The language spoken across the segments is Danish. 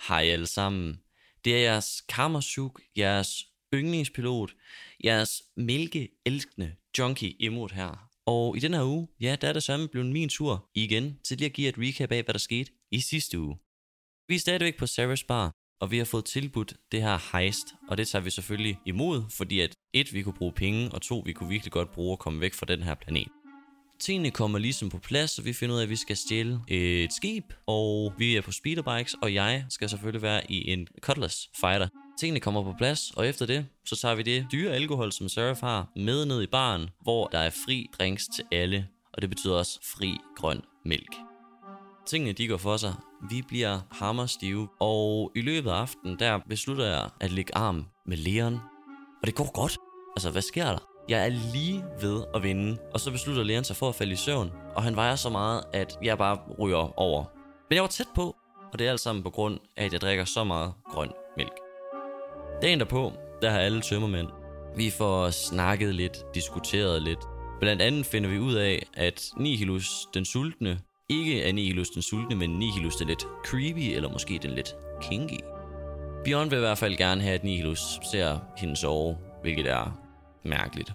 Hej alle sammen. Det er jeres Kammersuk, jeres yndlingspilot, jeres mælkeelskende junkie Emot her. Og i den her uge, ja, der er det samme blevet min tur igen til lige at give et recap af, hvad der skete i sidste uge. Vi er stadigvæk på Sarahs bar, og vi har fået tilbudt det her heist, og det tager vi selvfølgelig imod, fordi at 1, vi kunne bruge penge, og 2, vi kunne virkelig godt bruge at komme væk fra den her planet. Tingene kommer ligesom på plads, og vi finder ud af, at vi skal stjæle et skib, og vi er på speederbikes, og jeg skal selvfølgelig være i en Cutlass Fighter. Tingene kommer på plads, og efter det, så tager vi det dyre alkohol, som Seraph har, med ned i baren, hvor der er fri drinks til alle, og det betyder også fri grøn mælk. Tingene de går for sig. Vi bliver hammerstive, og i løbet af aftenen, der beslutter jeg at lægge arm med Leon. Og det går godt. Altså, hvad sker der? Jeg er lige ved at vinde, og så beslutter Leon sig for at falde i søvn, og han vejer så meget, at jeg bare ryger over. Men jeg var tæt på, og det er alt sammen på grund af, at jeg drikker så meget grøn mælk. Dagen derpå, der har alle tømmermænd. Vi får snakket lidt, diskuteret lidt. Blandt andet finder vi ud af, at Nihilus den sultne ikke er Nihilus den sultne, men Nihilus den lidt creepy, eller måske den lidt kinky. Bjørn vil i hvert fald gerne have, at Nihilus ser hende sove, hvilket er mærkeligt.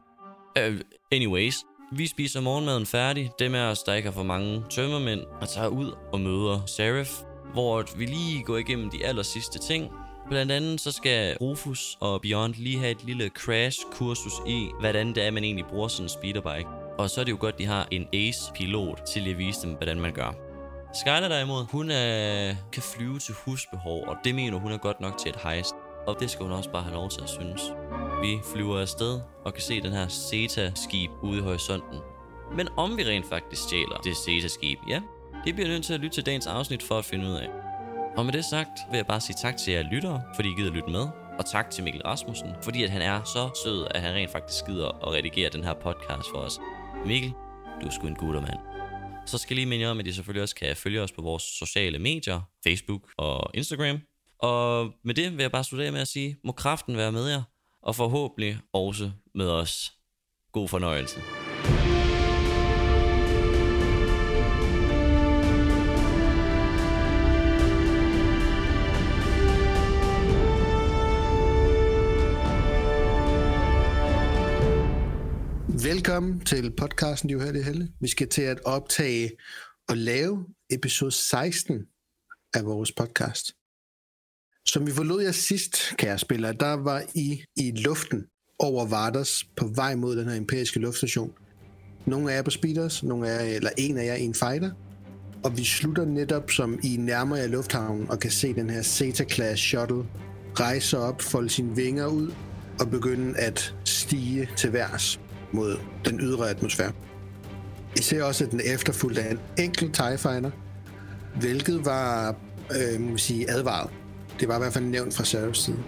Anyways, vi spiser morgenmaden færdig. Dem af os, der ikke har for mange tømmermænd, og tager ud og møder Saraph, hvor vi lige går igennem de aller sidste ting. Blandt andet så skal Rufus og Bjørn lige have et lille crash-kursus i, hvordan det er, man egentlig bruger sådan en speederbike. Og så er det jo godt, de har en ace-pilot til at vise dem, hvordan man gør. Skyler derimod, hun kan flyve til husbehov, og det mener hun er godt nok til et heist. Og det skal hun også bare have lov til at synes. Vi flyver afsted og kan se den her Zeta-skib ude i horisonten. Men om vi rent faktisk stjæler det Zeta-skib, ja, det bliver nødt til at lytte til dagens afsnit for at finde ud af. Og med det sagt vil jeg bare sige tak til jer lyttere, fordi I gider lytte med. Og tak til Mikkel Rasmussen, fordi at han er så sød, at han rent faktisk gider at redigere den her podcast for os. Mikkel, du er sgu en guttermand. Så skal jeg lige minde jer om, at I selvfølgelig også kan følge os på vores sociale medier, Facebook og Instagram. Og med det vil jeg bare slutte af med at sige, må kraften være med jer, og forhåbentlig også med os. God fornøjelse. Velkommen til podcasten, de her Helle. Vi skal til at optage og lave episode 16 af vores podcast. Som vi forlod jer sidst, kære spillere, der var I luften over Vardas på vej mod den her imperiske luftstation. Nogle af jer på speeders, eller en af jer i en fighter. Og vi slutter netop, som I nærmer jer lufthavnen og kan se den her Zeta-class shuttle rejse op, folde sine vinger ud og begynde at stige til værs mod den ydre atmosfære. I ser også, at den efterfulgte af en enkelt TIE Fighter, hvilket var, advaret. Det var i hvert fald nævnt fra Seraphs side.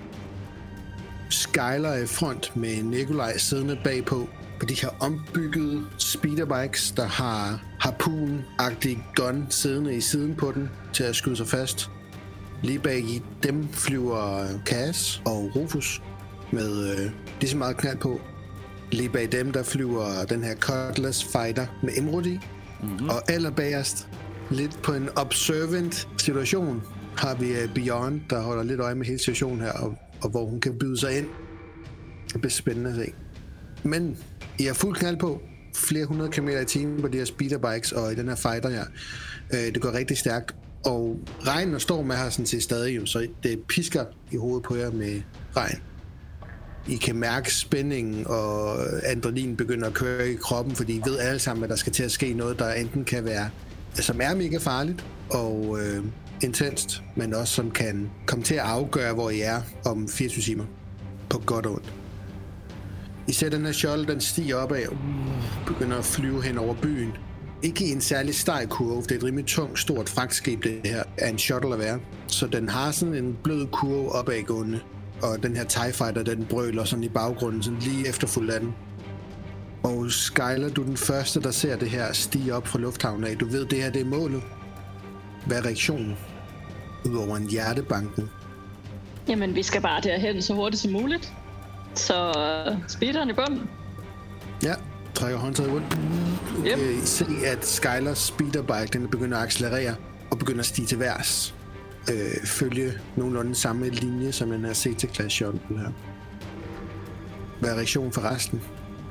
Skyler er i front med Nikolaj siddende bagpå på de her ombyggede speederbikes, der har harpoon-agtig gun siddende i siden på den til at skyde sig fast. Lige bag i dem flyver Cass og Rufus med lige så meget knald på. Lige bag dem, der flyver den her Cutlass Fighter med Emerald i. Mm-hmm. Og allerbagerst, lidt på en observant situation, har vi Bjørn, der holder lidt øje med hele situationen her, og hvor hun kan byde sig ind. Det bliver spændende at se. Men I har fuld knald på, flere 100 km i timen på de her speederbikes og i den her fighter her. Det går rigtig stærkt, og regnen og storm er her sådan til stadig, så det pisker i hovedet på jer med regn. I kan mærke spændingen, og adrenalin begynder at køre i kroppen, fordi I ved alle sammen, at der skal til at ske noget, der enten kan være, som er mega farligt og intenst, men også som kan komme til at afgøre, hvor I er om 24 timer. På godt og ondt. I ser den her shuttle, den stiger opad og begynder at flyve hen over byen. Ikke i en særlig stejl kurve, det er et rimelig tungt, stort fragtskib, det her er en shuttle at være. Så den har sådan en blød kurve opadgående. Og den her TIE Fighter, den brøler sådan i baggrunden, sådan lige efterfulgt af den. Og Skyler, du er den første, der ser det her stige op fra lufthavnen af. Du ved, det her det er målet. Hvad er reaktionen? Udover en hjertebanken. Jamen, vi skal bare derhen så hurtigt som muligt. Så speederen i bunden. Ja, trækker håndtaget rundt. Du kan se, at Skylers speederbike, den begynder at accelerere og begynder at stige til værs. følge nogenlunde samme linje som den her CT-class shuttle her. Hvad er reaktionen for resten?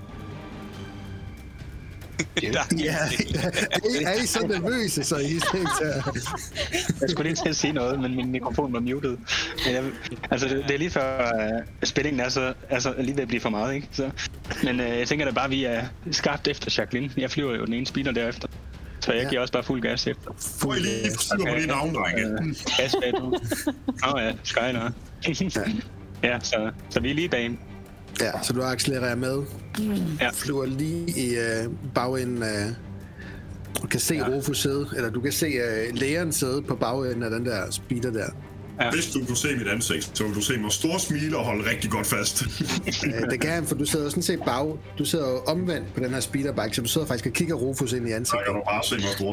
Er I så nervøse, så I Jeg skulle lige til at sige noget, men min mikrofon var muted. Det er lige før spændingen er lige ved at blive for meget, ikke? Så, men jeg tænker da bare, vi er skarpt efter Jacqueline. Jeg flyver jo den ene speeder derefter. Så jeg giver også bare fuld gas efter. Får I lige forstyrre på dine navn, drenge? Gas bag du. Ja, Skyler. Ja, så vi er lige bag. Ja, så du accelererer med. Ja. Flyver lige i bagenden af... Du kan se Rufus sidde, eller du kan se lægeren sidde på bagenden af den der speeder der. Ja. Hvis du kunne se mit ansigt, så ville du se mig store smile og holde rigtig godt fast. Det kan han, for du sidder sådan set du sidder jo omvendt på den her speederbike, så du sidder faktisk og kigger Rufus ind i ansigtet. Så kan du bare se mig store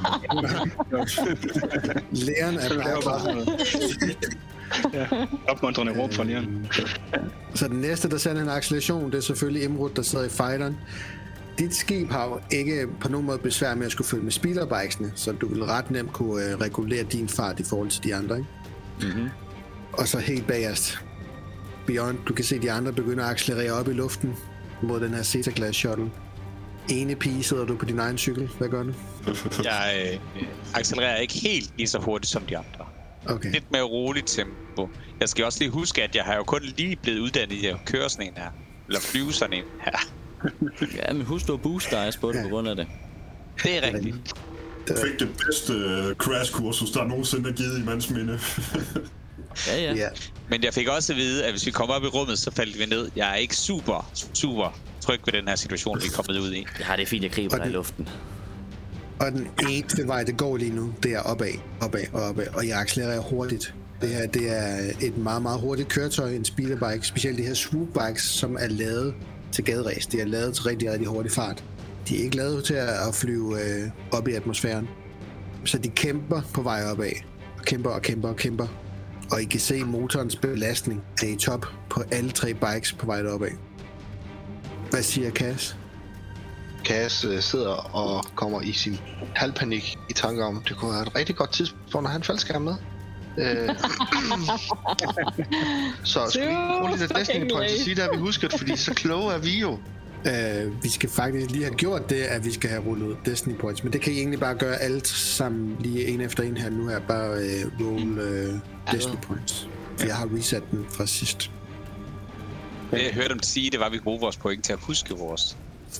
smile. Lægeren er bare... Ja, opmuntrende råb fra Leon. Så den næste, der sender en acceleration, det er selvfølgelig Imrud, der sidder i fighteren. Dit skib har jo ikke på nogen måde besvær med at skulle følge med speederbikesene, så du vil ret nemt kunne regulere din fart i forhold til de andre, ikke? Mm-hmm. Og så helt bagerst, Beyond, du kan se de andre begynder at accelerere op i luften mod den her CT-class shuttle. Ene pige sidder du på din egen cykel. Hvad gør du? Jeg accelererer ikke helt lige så hurtigt som de andre. Okay. Lidt mere roligt tempo. Jeg skal også lige huske, at jeg har jo kun lige blevet uddannet i at køre sådan en her. Eller flyve sådan en her. Ja, men husk du at booste dig på det på grund af det. Det er rigtigt. Du fik det bedste crash-kursus, der nogensinde er givet i mands minde. Ja. Men jeg fik også at vide, at hvis vi kommer op i rummet, så faldt vi ned. Jeg er ikke super tryg ved den her situation, vi er kommet ud i. Ja, det er fint, jeg griber dig i luften. Og den eneste vej, det går lige nu, det er opad, og jeg accelererer hurtigt. Det her, det er et meget, meget hurtigt køretøj, en speederbike, specielt de her swoopbikes, som er lavet til gaderæs. De er lavet til rigtig, rigtig hurtig fart. De er ikke lavet til at flyve op i atmosfæren. Så de kæmper på vej opad. Kæmper. Og I kan se motorens belastning er i top på alle 3 bikes på vej opad. Hvad siger Cass? Cass sidder og kommer i sin halvpanik i tanke om, det kunne være et rigtig godt tidspunkt at have en faldskærm med. Så skal vi ikke bruge lidt Destiny Points og sige det, vi husket, fordi så kloge er vi jo. Vi skal faktisk lige have gjort det, at vi skal have rullet Destiny Points, men det kan I egentlig bare gøre alt sammen lige en efter en her nu her. Bare rulle Destiny Points, for jeg har reset den fra sidst. Det jeg hørte dem sige, det var, at vi bruger vores point til at huske vores.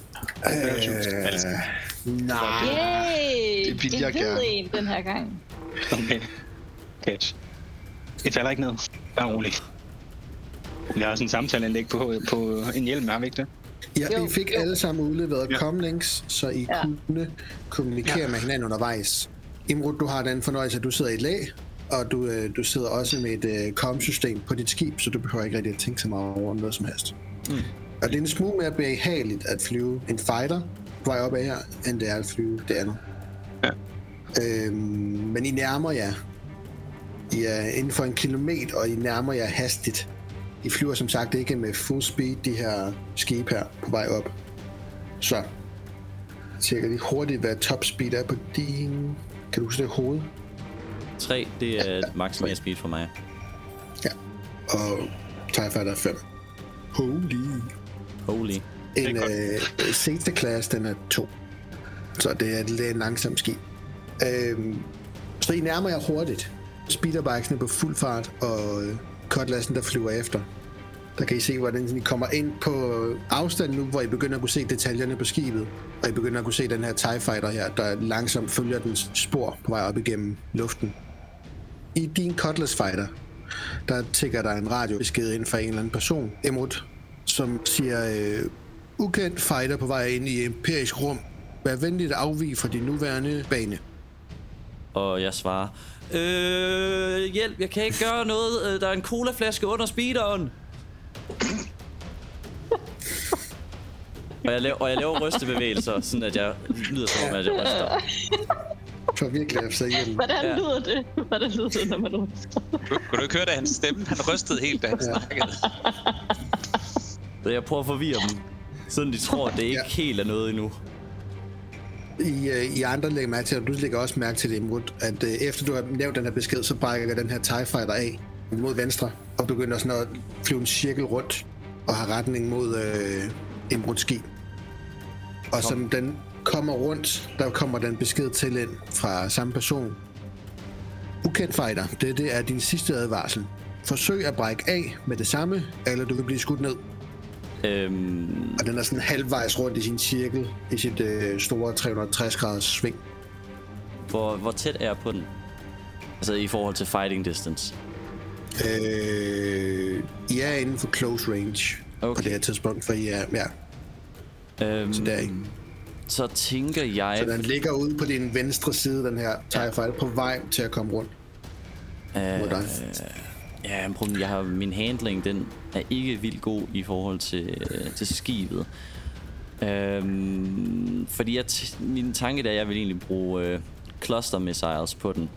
Nej. Yay! Det vil jeg gerne. En den her gang. Okay. Catch. Jeg falder ikke ned. Bare roligt. Vi har også en samtaleindlæg på en hjelm, har vi ikke det? Ja, I fik alle sammen udleveret comlinks, så I kunne kommunikere med hinanden undervejs. Imrud, du har den fornøjelse, at du sidder i et lag, og du sidder også med et com-system på dit skib, så du behøver ikke rigtig at tænke så meget over noget som helst. Og det er en smule mere behageligt at flyve en fighter på vej opad her, end det er at flyve det andet. Ja. Men I nærmer jer. I er inden for 1 kilometer, og I nærmer jer hastigt. I flyver som sagt ikke med full speed, de her skib her på vej op. Så tjekker lige hurtigt, hvad top speed er på din... Kan du huske det hoved? 3, det er maksimum speed for mig. Ja, og TIE Fighter 5. Holy. En CT-class, den er 2. Så det er en langsom skib. Så I nærmer jer hurtigt. Speederbikesene på fuld fart, og cutlassen, der flyver efter. Der kan I se, hvordan I kommer ind på afstand nu, hvor I begynder at kunne se detaljerne på skibet. Og I begynder at kunne se den her TIE Fighter her, der langsomt følger dens spor på vej op igennem luften. I din Cutlass Fighter, der tikker der en radiobesked ind fra en eller anden person, Imrud, som siger, ukendt fighter på vej ind i empirisk rum. Vær venligt at afvige fra din nuværende bane. Og jeg svarer, hjælp, jeg kan ikke gøre noget. Der er en colaflaske under speederen. og jeg laver rystebevægelser, sådan at jeg lyder som om, at jeg ryster. For virkelig at sige hjælp. Hvordan lyder det? Hvordan lyder det, når man ryster? Kunne du ikke høre det, hans stemme? Han rystede helt, da han snakkede. Så jeg prøver at forvirre dem, sådan de tror, at det ikke helt er noget endnu. I andre lægger mærke til, og du lægger også mærke til det, Imrud, at efter du har nævnt den her besked, så brækker den her TIE Fighter af mod venstre, og begynder sådan at flyve en cirkel rundt, og har retning mod Imruds skib. Og som den kommer rundt, der kommer den besked til ind fra samme person. Ukendt fighter, det er din sidste advarsel. Forsøg at brække af med det samme, eller du vil blive skudt ned. Og den er sådan halvvejs rundt i sin cirkel, i sit store 360 graders sving. Hvor tæt er jeg på den? Altså i forhold til fighting distance? I er inden for close range på det her tidspunkt, for I er... Ja. Så der ikke. Så tænker jeg... Så den ligger ude på din venstre side, den her TIE Fighter, på vej til at komme rundt mod dig. Ja, jeg har min handling, den er ikke vildt god i forhold til skibet. Fordi min tanke er, at jeg vil egentlig bruge cluster missiles på den.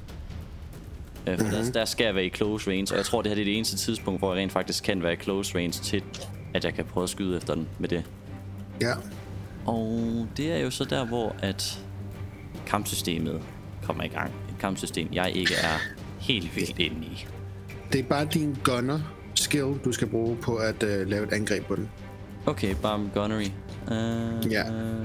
For der skal jeg være i close range, og jeg tror, det her er det eneste tidspunkt, hvor jeg rent faktisk kan være i close range til, at jeg kan prøve at skyde efter den med det. Ja. Og det er jo så der, hvor at kampsystemet kommer i gang. Et kampsystem, jeg ikke er helt vildt inde i. Det er bare din gunner skill, du skal bruge på at lave et angreb på den. Okay, bare gunnery. Ja.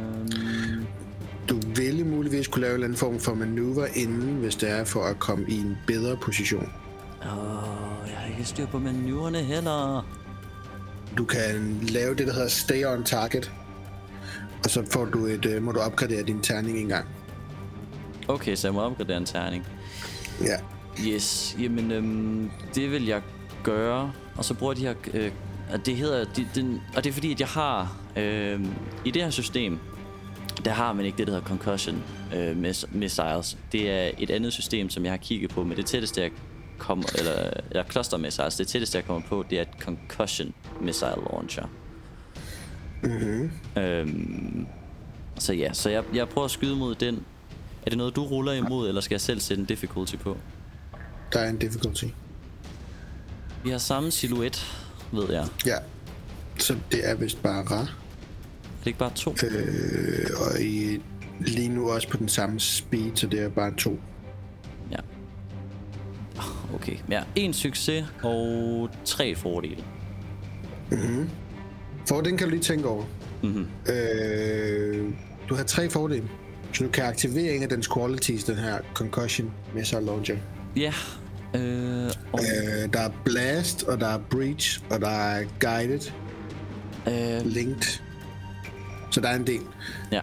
Du ville muligvis kunne lave en eller anden form for manøvre inden, hvis det er for at komme i en bedre position. Jeg har ikke styr på manøvrerne heller. Du kan lave det, der hedder stay on target. Og så får du må du opgradere din terning en gang. Okay, så jeg må opgradere en terning. Ja. Yes, jamen det vil jeg gøre. Og så bruger de her... det hedder... og det er fordi, at jeg har... I det her system, der har man ikke det, der hedder concussion missiles. Det er et andet system, som jeg har kigget på, men det tætteste, jeg kommer... Eller cluster missiles. Det tætteste, jeg kommer på, det er et concussion missile launcher. Så ja, så jeg prøver at skyde mod den. Er det noget, du ruller imod, eller skal jeg selv sætte en difficulty på? Der er en difficulty. Vi har samme silhuet, ved jeg. Ja, så det er vist bare rar. Er det ikke bare 2? Og lige nu også på den samme speed, så det er bare 2. Ja. Okay, ja. 1 succes og 3 fordele. Fordelen kan du lige tænke over. Du har 3 fordele. Så du kan aktivere en af dens qualities, den her concussion missile launcher. Ja. Der er blast, og der er breach, og der er guided, linked. Så der er en del. Ja.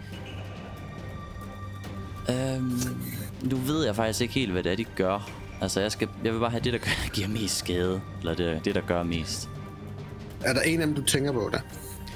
Nu ved jeg faktisk ikke helt, hvad det er, de gør. Altså, jeg vil bare have det, der giver mest skade. Eller det, der gør mest. Er der en af dem, du tænker på der?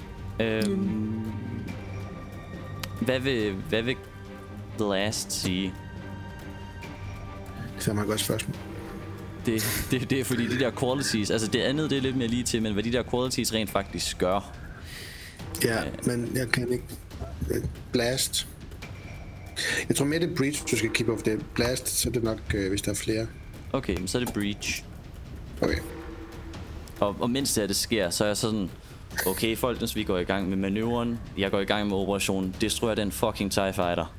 Hvad vil Blast sige? Det er meget godt spørgsmål. Det er fordi de der qualities, altså det andet, det er lidt mere lige til, men hvad de der qualities rent faktisk gør. Ja, men jeg kan ikke... Blast. Jeg tror mere, det er breach, du skal keep off det. Blast, så er det nok, hvis der er flere. Okay, så er det breach. Okay. Og mens det sker, så er jeg sådan... Okay, folkens, vi går i gang med manøvren. Jeg går i gang med operation. Destruer den fucking TIE Fighter.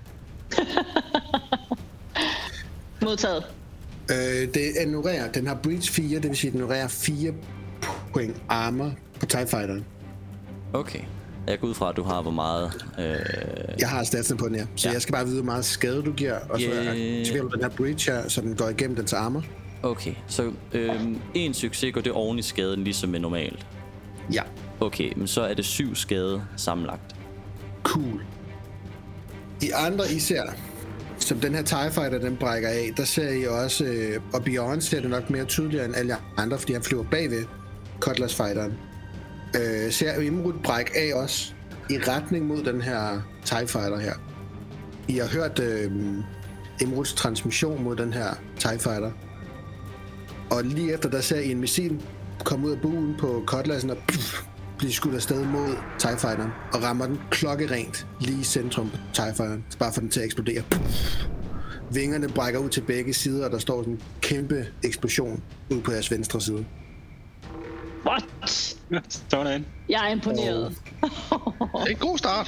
Modtaget. Det ignorerer. Den har breach 4, det vil sige, at den ignorerer 4 point armor på TIE Fighteren. Okay. Jeg går ud fra, at du har hvor meget... Jeg har statsen på den her, så jeg skal bare vide, hvor meget skade du giver, og så aktiverer du den her breach her, så den går igennem dens armor. Okay, så 1 succes går det oven i skaden, ligesom med normalt? Ja. Okay, men så er det 7 skade sammenlagt. Cool. I andre især, som den her TIE Fighter, den brækker af, der ser I også, og Bjørn ser det nok mere tydeligere end alle andre, fordi han flyver bagved Cutlass Fighteren. Ser Imrud brække af også i retning mod den her TIE Fighter her. I har hørt Imruds transmission mod den her TIE Fighter. Og lige efter, der ser I en missil komme ud af buen på Cutlassen og blive skudt afsted mod TIE Fighteren og rammer den klokkerent lige i centrum på TIE Fighteren, bare for den til at eksplodere. Vingerne brækker ud til begge sider, og der står sådan en kæmpe eksplosion ud på jeres venstre side. What? Sådan. Jeg er imponeret. Det er en god start.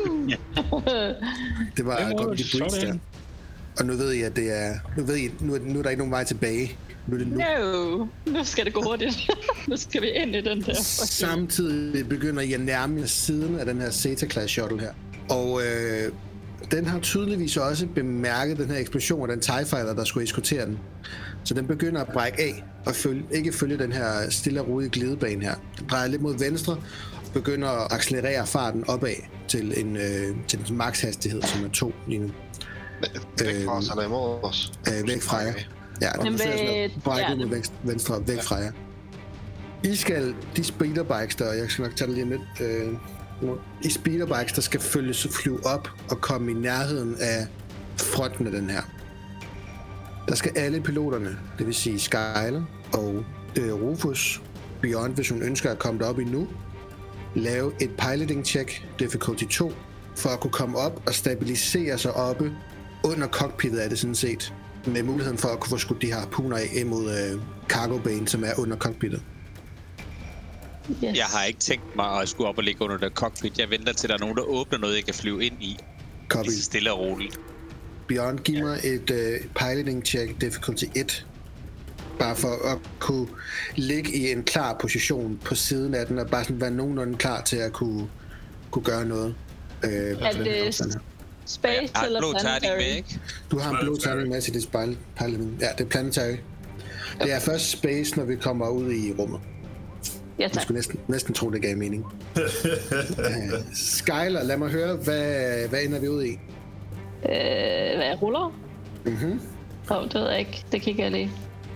Det var godt, de breach der. Sådan. Og nu ved I, at det er... Nu er der ikke nogen vej tilbage. Nu er det nu. No, nu skal det gå hurtigt. Nu skal vi ind i den der. Samtidig begynder I at nærme jer siden af den her Zeta-class shuttle her. Og den har tydeligvis også bemærket den her eksplosion af den TIE Fighter, der skulle eskortere den. Så den begynder at brække af og ikke følge den her stille og rolige glidebane her. Den drejer lidt mod venstre og begynder at accelerere farten opad til en max hastighed, som er 2 lige nu. Væk fra os, eller imod os? Væk fra jer. Ja, den forsøger at brække mod venstre væk fra jer. I skal, de speederbikes der, jeg skal nok tage det lige om lidt, i speederbikes, der skal flyve op og komme i nærheden af fronten af den her. Der skal alle piloterne, det vil sige Skyler og Rufus, Beyond, hvis hun ønsker at komme derop endnu, lave et piloting check, difficulty 2, for at kunne komme op og stabilisere sig oppe under cockpittet af det sådan set, med muligheden for at kunne få skudt de her harpuner af mod cargo bane, som er under cockpittet. Yes. Jeg har ikke tænkt mig at skulle op og ligge under det cockpit. Jeg venter til, der er nogen, der åbner noget, jeg kan flyve ind i. Copy. Lige stille og roligt. Beyond, giv mig et piloting check, difficulty 1. Bare for at kunne ligge i en klar position på siden af den, og bare sådan være nogenlunde klar til at kunne gøre noget. Er det space eller planetary? Med, ikke? Du har en blå terning med til dit piloting. Ja, det er planetary. Det er først space, når vi kommer ud i rummet. Ja, Jeg tak. skulle næsten tro, det gav mening. Skyler, lad mig høre, hvad ender vi ud i? Hvad jeg ruller? Mhm. Det ved jeg ikke. Det kigger jeg lige.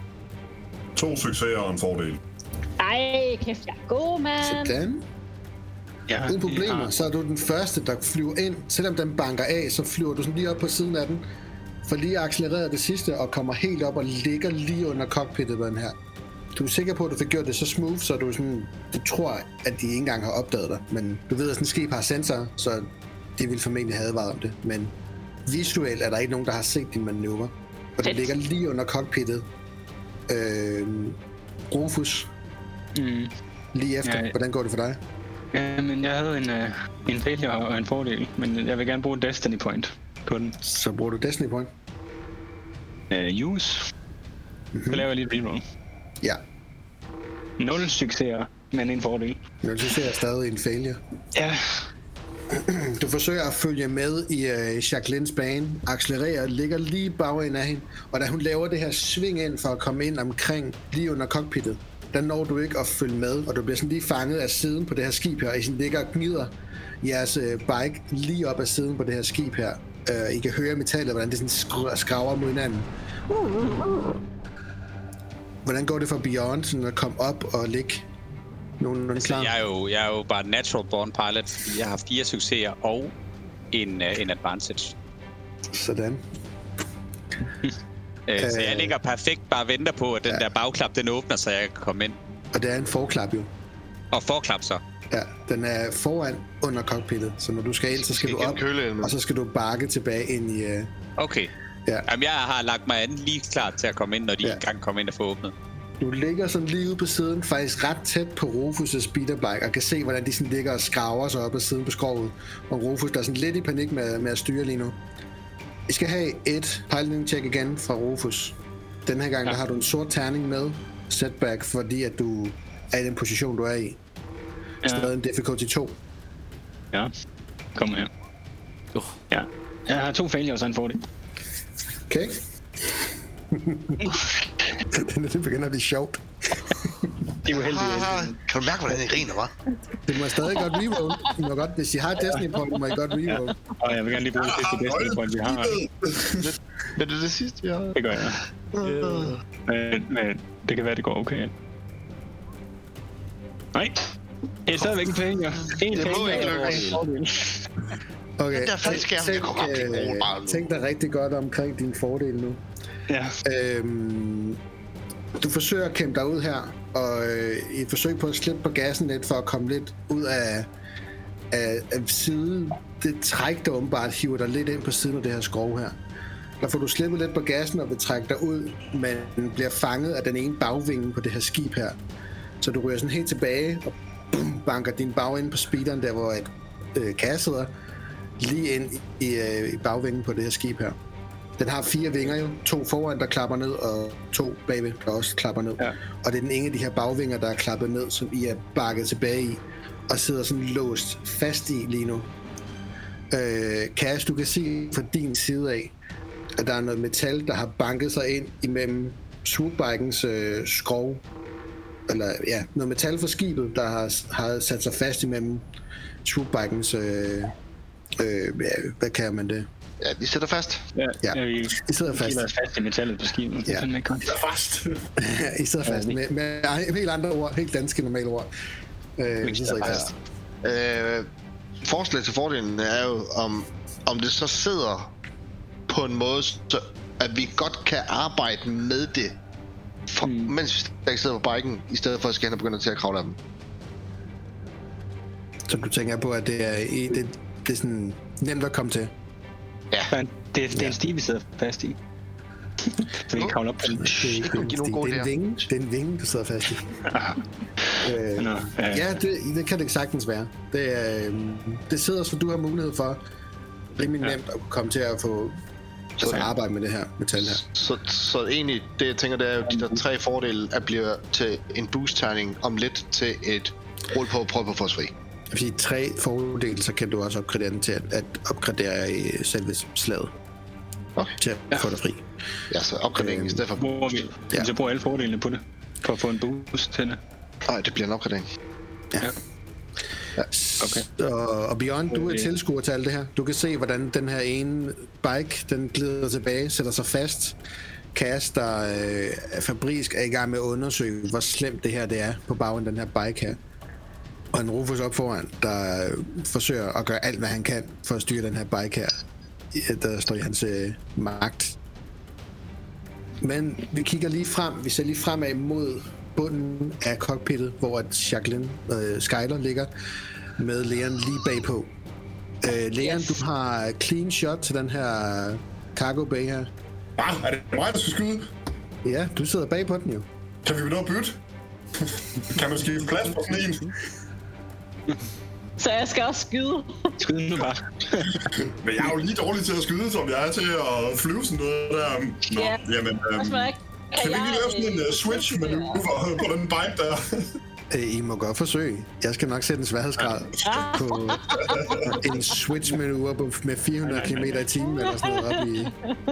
2 succeser og en fordel. Ej, kæft, jeg er god, mand. Sådan. Ja, Uden problemer, så er du den første, der flyver ind. Selvom den banker af, så flyver du sådan lige op på siden af den. For lige accelereret det sidste, og kommer helt op og ligger lige under cockpittet på den her. Du er sikker på, at du fik gjort det så smooth, så du tror, at de ikke engang har opdaget dig. Men du ved, at sådan en skib har sensorer, så de vil formentlig have advaret om det. Men visuelt er der ikke nogen, der har set din manøvre. Og du ligger lige under cockpittet. Rufus. Lige efter. Ja. Hvordan går det for dig? Men jeg havde en failure og en fordel, men jeg vil gerne bruge Destiny Point på den. Så bruger du Destiny Point? Use. Så laver jeg lige et reroll. Ja. 0 succeser, men en fordel. Men du ser stadig en failure. Ja. Du forsøger at følge med i Jacquelines bane, accelererer, ligger lige bagend af hende, og da hun laver det her sving ind for at komme ind omkring, lige under cockpittet, der når du ikke at følge med, og du bliver sådan lige fanget af siden på det her skib her, og I sådan ligger og gnider jeres bike lige op af siden på det her skib her. I kan høre metallet, hvordan det sådan skraver mod hinanden. Hvordan går det for Beyond, sådan at komme op og ligge nogenlunde klar? Jeg er jo bare natural born pilot, fordi jeg har 4 succeser og en advantage. Sådan. Så jeg ligger perfekt bare og venter på, at den der bagklap, den åbner, så jeg kan komme ind. Og det er en forklap jo. Og forklap så. Ja, den er foran under cockpittet, så når du skal ind, så skal du op, og så skal du bakke tilbage ind i... Okay. Ja. Jamen, jeg har lagt mig an lige klar til at komme ind, når de engang kommer ind og får åbnet. Du ligger sådan lige ude på siden, faktisk ret tæt på Rufus' speederbike, og kan se, hvordan de sådan ligger og skraver sig op ad siden på skroget. Og Rufus, der er sådan lidt i panik med at styre lige nu. I skal have et piloting check igen fra Rufus. Den her gang, der har du en sort terning med setback, fordi at du er i den position, du er i. Stadig en difficulty 2. Ja, kom her. Ja, jeg har 2 failures og en fordel. Okay. Det begynder at blive sjovt. Det er uheldigt. Kan du mærke, hvordan det griner, hva'? Det må stadig godt reroll. I må godt, hvis I har Destiny Point, må I godt reroll. Og jeg vil gerne lige bruge det sidste Destiny Point, vi har. Men det er det sidste, vi har. Det gør jeg. Men det kan være, det går okay. Nej. Det er stadigvæk en failure. En Det må ikke lykkes. Okay, Den der faldskærm, det går ret ikke roligt bare. Tænk dig rigtig godt omkring din fordel nu. Ja. Du forsøger at kæmpe dig ud her, og i et forsøg på at slippe på gassen lidt, for at komme lidt ud af siden. Det træk, der åbenbart hiver dig lidt ind på siden af det her skrov her. Der får du slippet lidt på gassen og vil trække dig ud, men bliver fanget af den ene bagvinge på det her skib her. Så du ryger sådan helt tilbage og banker din bag ind på speederen, der hvor Cass sidder, lige ind i bagvingen på det her skib her. Den har 4 vinger jo. 2 foran, der klapper ned, og 2 bagved, der også klapper ned. Ja. Og det er den ene af de her bagvinger, der er klappet ned, som I er bakket tilbage i, og sidder sådan låst fast i lige nu. Cass, du kan se fra din side af, at der er noget metal, der har banket sig ind imellem swoopbikens skrov. Eller ja, noget metal fra skibet, der har sat sig fast imellem swoopbikens... hvad kalder man det? Ja, vi sætter fast. Ja. I sidder fast. Vi sidder fast i metallet på skibet. Ja. Det er fast. I sidder fast med helt andre ord, helt danske normale ord. Vi sidder I fast. Forslag til fordelen er jo, om det så sidder på en måde, så at vi godt kan arbejde med det, mens vi sidder på biken, i stedet for at skal begynde til at kravle af dem. Så du tænker på, at det er sådan nemt at komme til? Ja. Det er en stige, vi sidder fast i. Så vi kan kravle op på den. Det er en vinge, du sidder fast i. Ja, det kan det sagtens være. Det sidder, så du har mulighed for rimelig nemt at komme til at få arbejde med det her metal her. Så egentlig, det jeg tænker, det er jo de der 3 fordele, at bliver til en boost-terning om lidt til et rull på prøve på fosfri. Fordi 3 fordele, så kan du også opgradere den til at opgradere i selve slaget. Okay. Til at få dig fri. Ja, så opgradering i stedet for boost. Så bruger alle fordelene på det, for at få en boost til det. Nej, det bliver en opgradering. Ja. Okay. Og Bjørn, du er tilskuer til alt det her. Du kan se, hvordan den her ene bike, den glider tilbage, sætter sig fast. Cass, der er fabrisk, er i gang med at undersøge, hvor slemt det her det er på bagen den her bike her. Og en Rufus op foran, der forsøger at gøre alt, hvad han kan for at styre den her bike her, der står i hans magt. Men vi kigger lige frem, vi ser lige fremad mod bunden af cockpittet, hvor Jacqueline Skyler ligger med Leon lige bagpå. Leon, du har clean shot til den her cargo bay her. Er det mig, der skal skyde? Ja, du sidder bag på den jo. Kan vi nå at bytte? Kan man skifte plads på sådan en? Så jeg skal også skyde. Skyde nu bare. Men jeg er jo lige dårlig til at skyde, som jeg er til at flyve sådan noget der. Nå, ja. Jamen, kan vi ikke lave sådan en switch-manøvre på den bike der? I må godt forsøge. Jeg skal nok sætte en sværhedsgrad på en switch-manøvre med 400 km i timen eller sådan noget op i...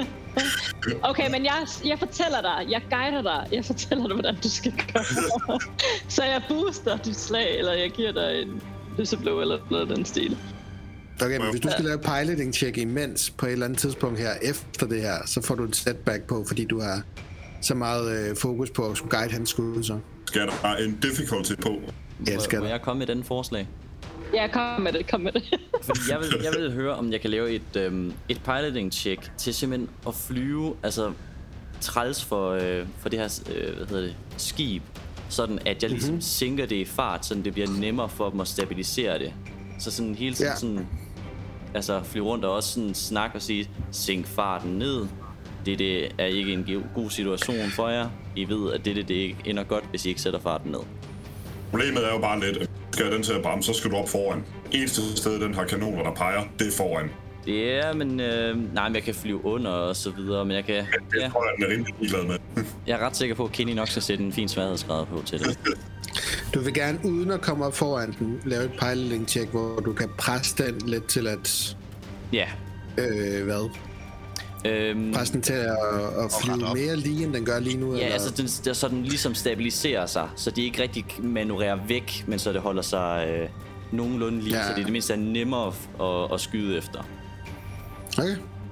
Okay, men jeg fortæller dig, jeg guider dig, jeg fortæller dig, hvordan du skal gøre. Så jeg booster dit slag, eller jeg giver dig en lyseblå eller noget af den stil. Okay, men hvis du skal lave piloting check imens på et eller andet tidspunkt her efter det her, så får du et setback på, fordi du har så meget fokus på at skulle guide hans skud, så. Skal der bare en difficulty på? Ja, skal der. Må jeg komme med den forslag? Ja, kom med det. Fordi jeg vil høre, om jeg kan lave et piloting check til simpelthen at flyve, altså træls for det her, skib, sådan at jeg ligesom sænker det i fart, sådan det bliver nemmere for dem at stabilisere det. Så sådan hele tiden sådan, altså flyve rundt og også sådan snakke og sige, sænk farten ned. Det er ikke en god situation for jer. I ved, at det ikke ender godt, hvis I ikke sætter farten ned. Problemet er jo bare lidt, at skal den til at bremse, så skal du op foran. Eneste sted, den har kanoner, der peger, det er foran. Ja, men jeg kan flyve under og så videre, men jeg kan... Det tror jeg, den er rimelig ligeglad med. Jeg er ret sikker på, at Kenny nok skal sætte en fin sværhedsgrad på til det. Du vil gerne, uden at komme op foran den, lave et piloting check, hvor du kan presse den lidt til at... Ja. Hvad? Presse den til at flyve mere lige, end den gør lige nu? Ja, eller? altså så den ligesom stabiliserer sig, så det ikke rigtig manøvrerer væk, men så det holder sig nogenlunde lige, så det det mindste er nemmere at skyde efter. Okay.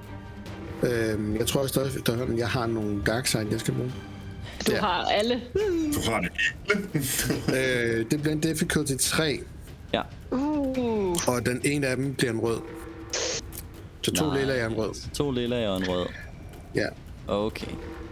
Jeg tror også, at jeg har nogle dark side, jeg skal bruge. Du har alle. Du har det hele. Det bliver en difficulty 3. Ja. Og den ene af dem bliver en rød. Så 2 lilla og en rød. 2 lilla og en rød. Ja. Okay.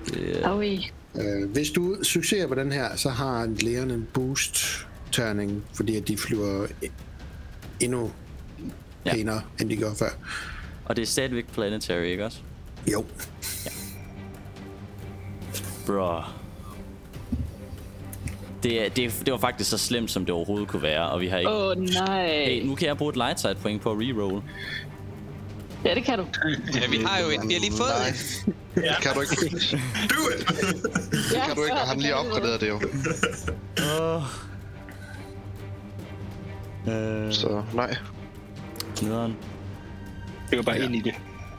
Hvis du succeser på den her, så har Leon en boost-tørning, fordi at de flyver endnu pænere, end de gjorde før. Og det er stadigvæk planetary, ikke også? Jo. Ja. Bro. Det var faktisk så slemt, som det overhovedet kunne være, og vi har ikke... nej. Hey, nu kan jeg bruge et light side point på at reroll. Ja, det kan du. Ja, vi har jo en. Vi har lige fået en. Det kan du ikke. Do it! Det kan du ikke, når han lige opgraderet det jo. Så nej. Nederen. Det var bare ind i det.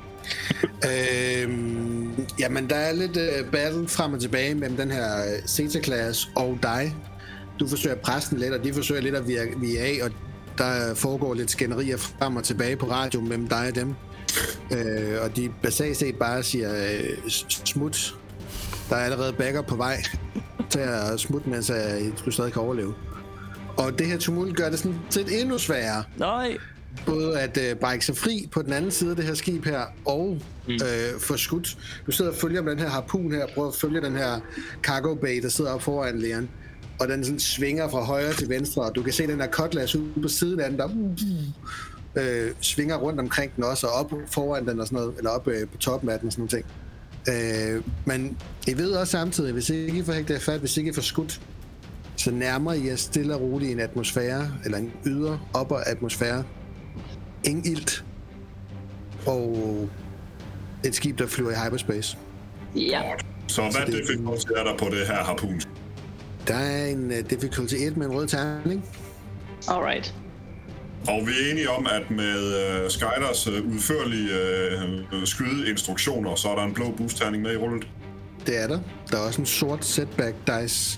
Jamen, der er lidt battle frem og tilbage mellem den her Zeta-klasse og dig. Du forsøger at presse den lidt, og de forsøger lidt at virke af, og der foregår lidt skænderier frem og tilbage på radio mellem dig og dem. Og de basalt set bare siger, smut. Der er allerede backup på vej til at smutte, mens du stadig kan overleve. Og det her tumult gør det sådan set endnu sværere. Nej! Både at brække sig fri på den anden side af det her skib her, og få skudt. Du sidder og følger med den her harpun her, prøver at følge den her cargo bay, der sidder op foran Leon. Og den sådan svinger fra højre til venstre, og du kan se den her cutlass ude på siden af den, der svinger rundt omkring den også, og op foran den og sådan noget, eller op på toppen af den og sådan noget ting. Men I ved også samtidig, hvis ikke I får hægtet fat, hvis ikke I får skudt, så nærmer I jer stille og roligt en atmosfære, eller en ydre upper atmosfære. Ingen ilt. Og et skib, der flyver i hyperspace. Ja. Så hvad difficulty er der på det her harpun? Der er en difficulty 1 med en rød terning. Alright. Og vi er enige om, at med Skyders udførlige skydeinstruktioner, så er der en blå boost-terning med i rullet. Det er der. Der er også en sort setback dice.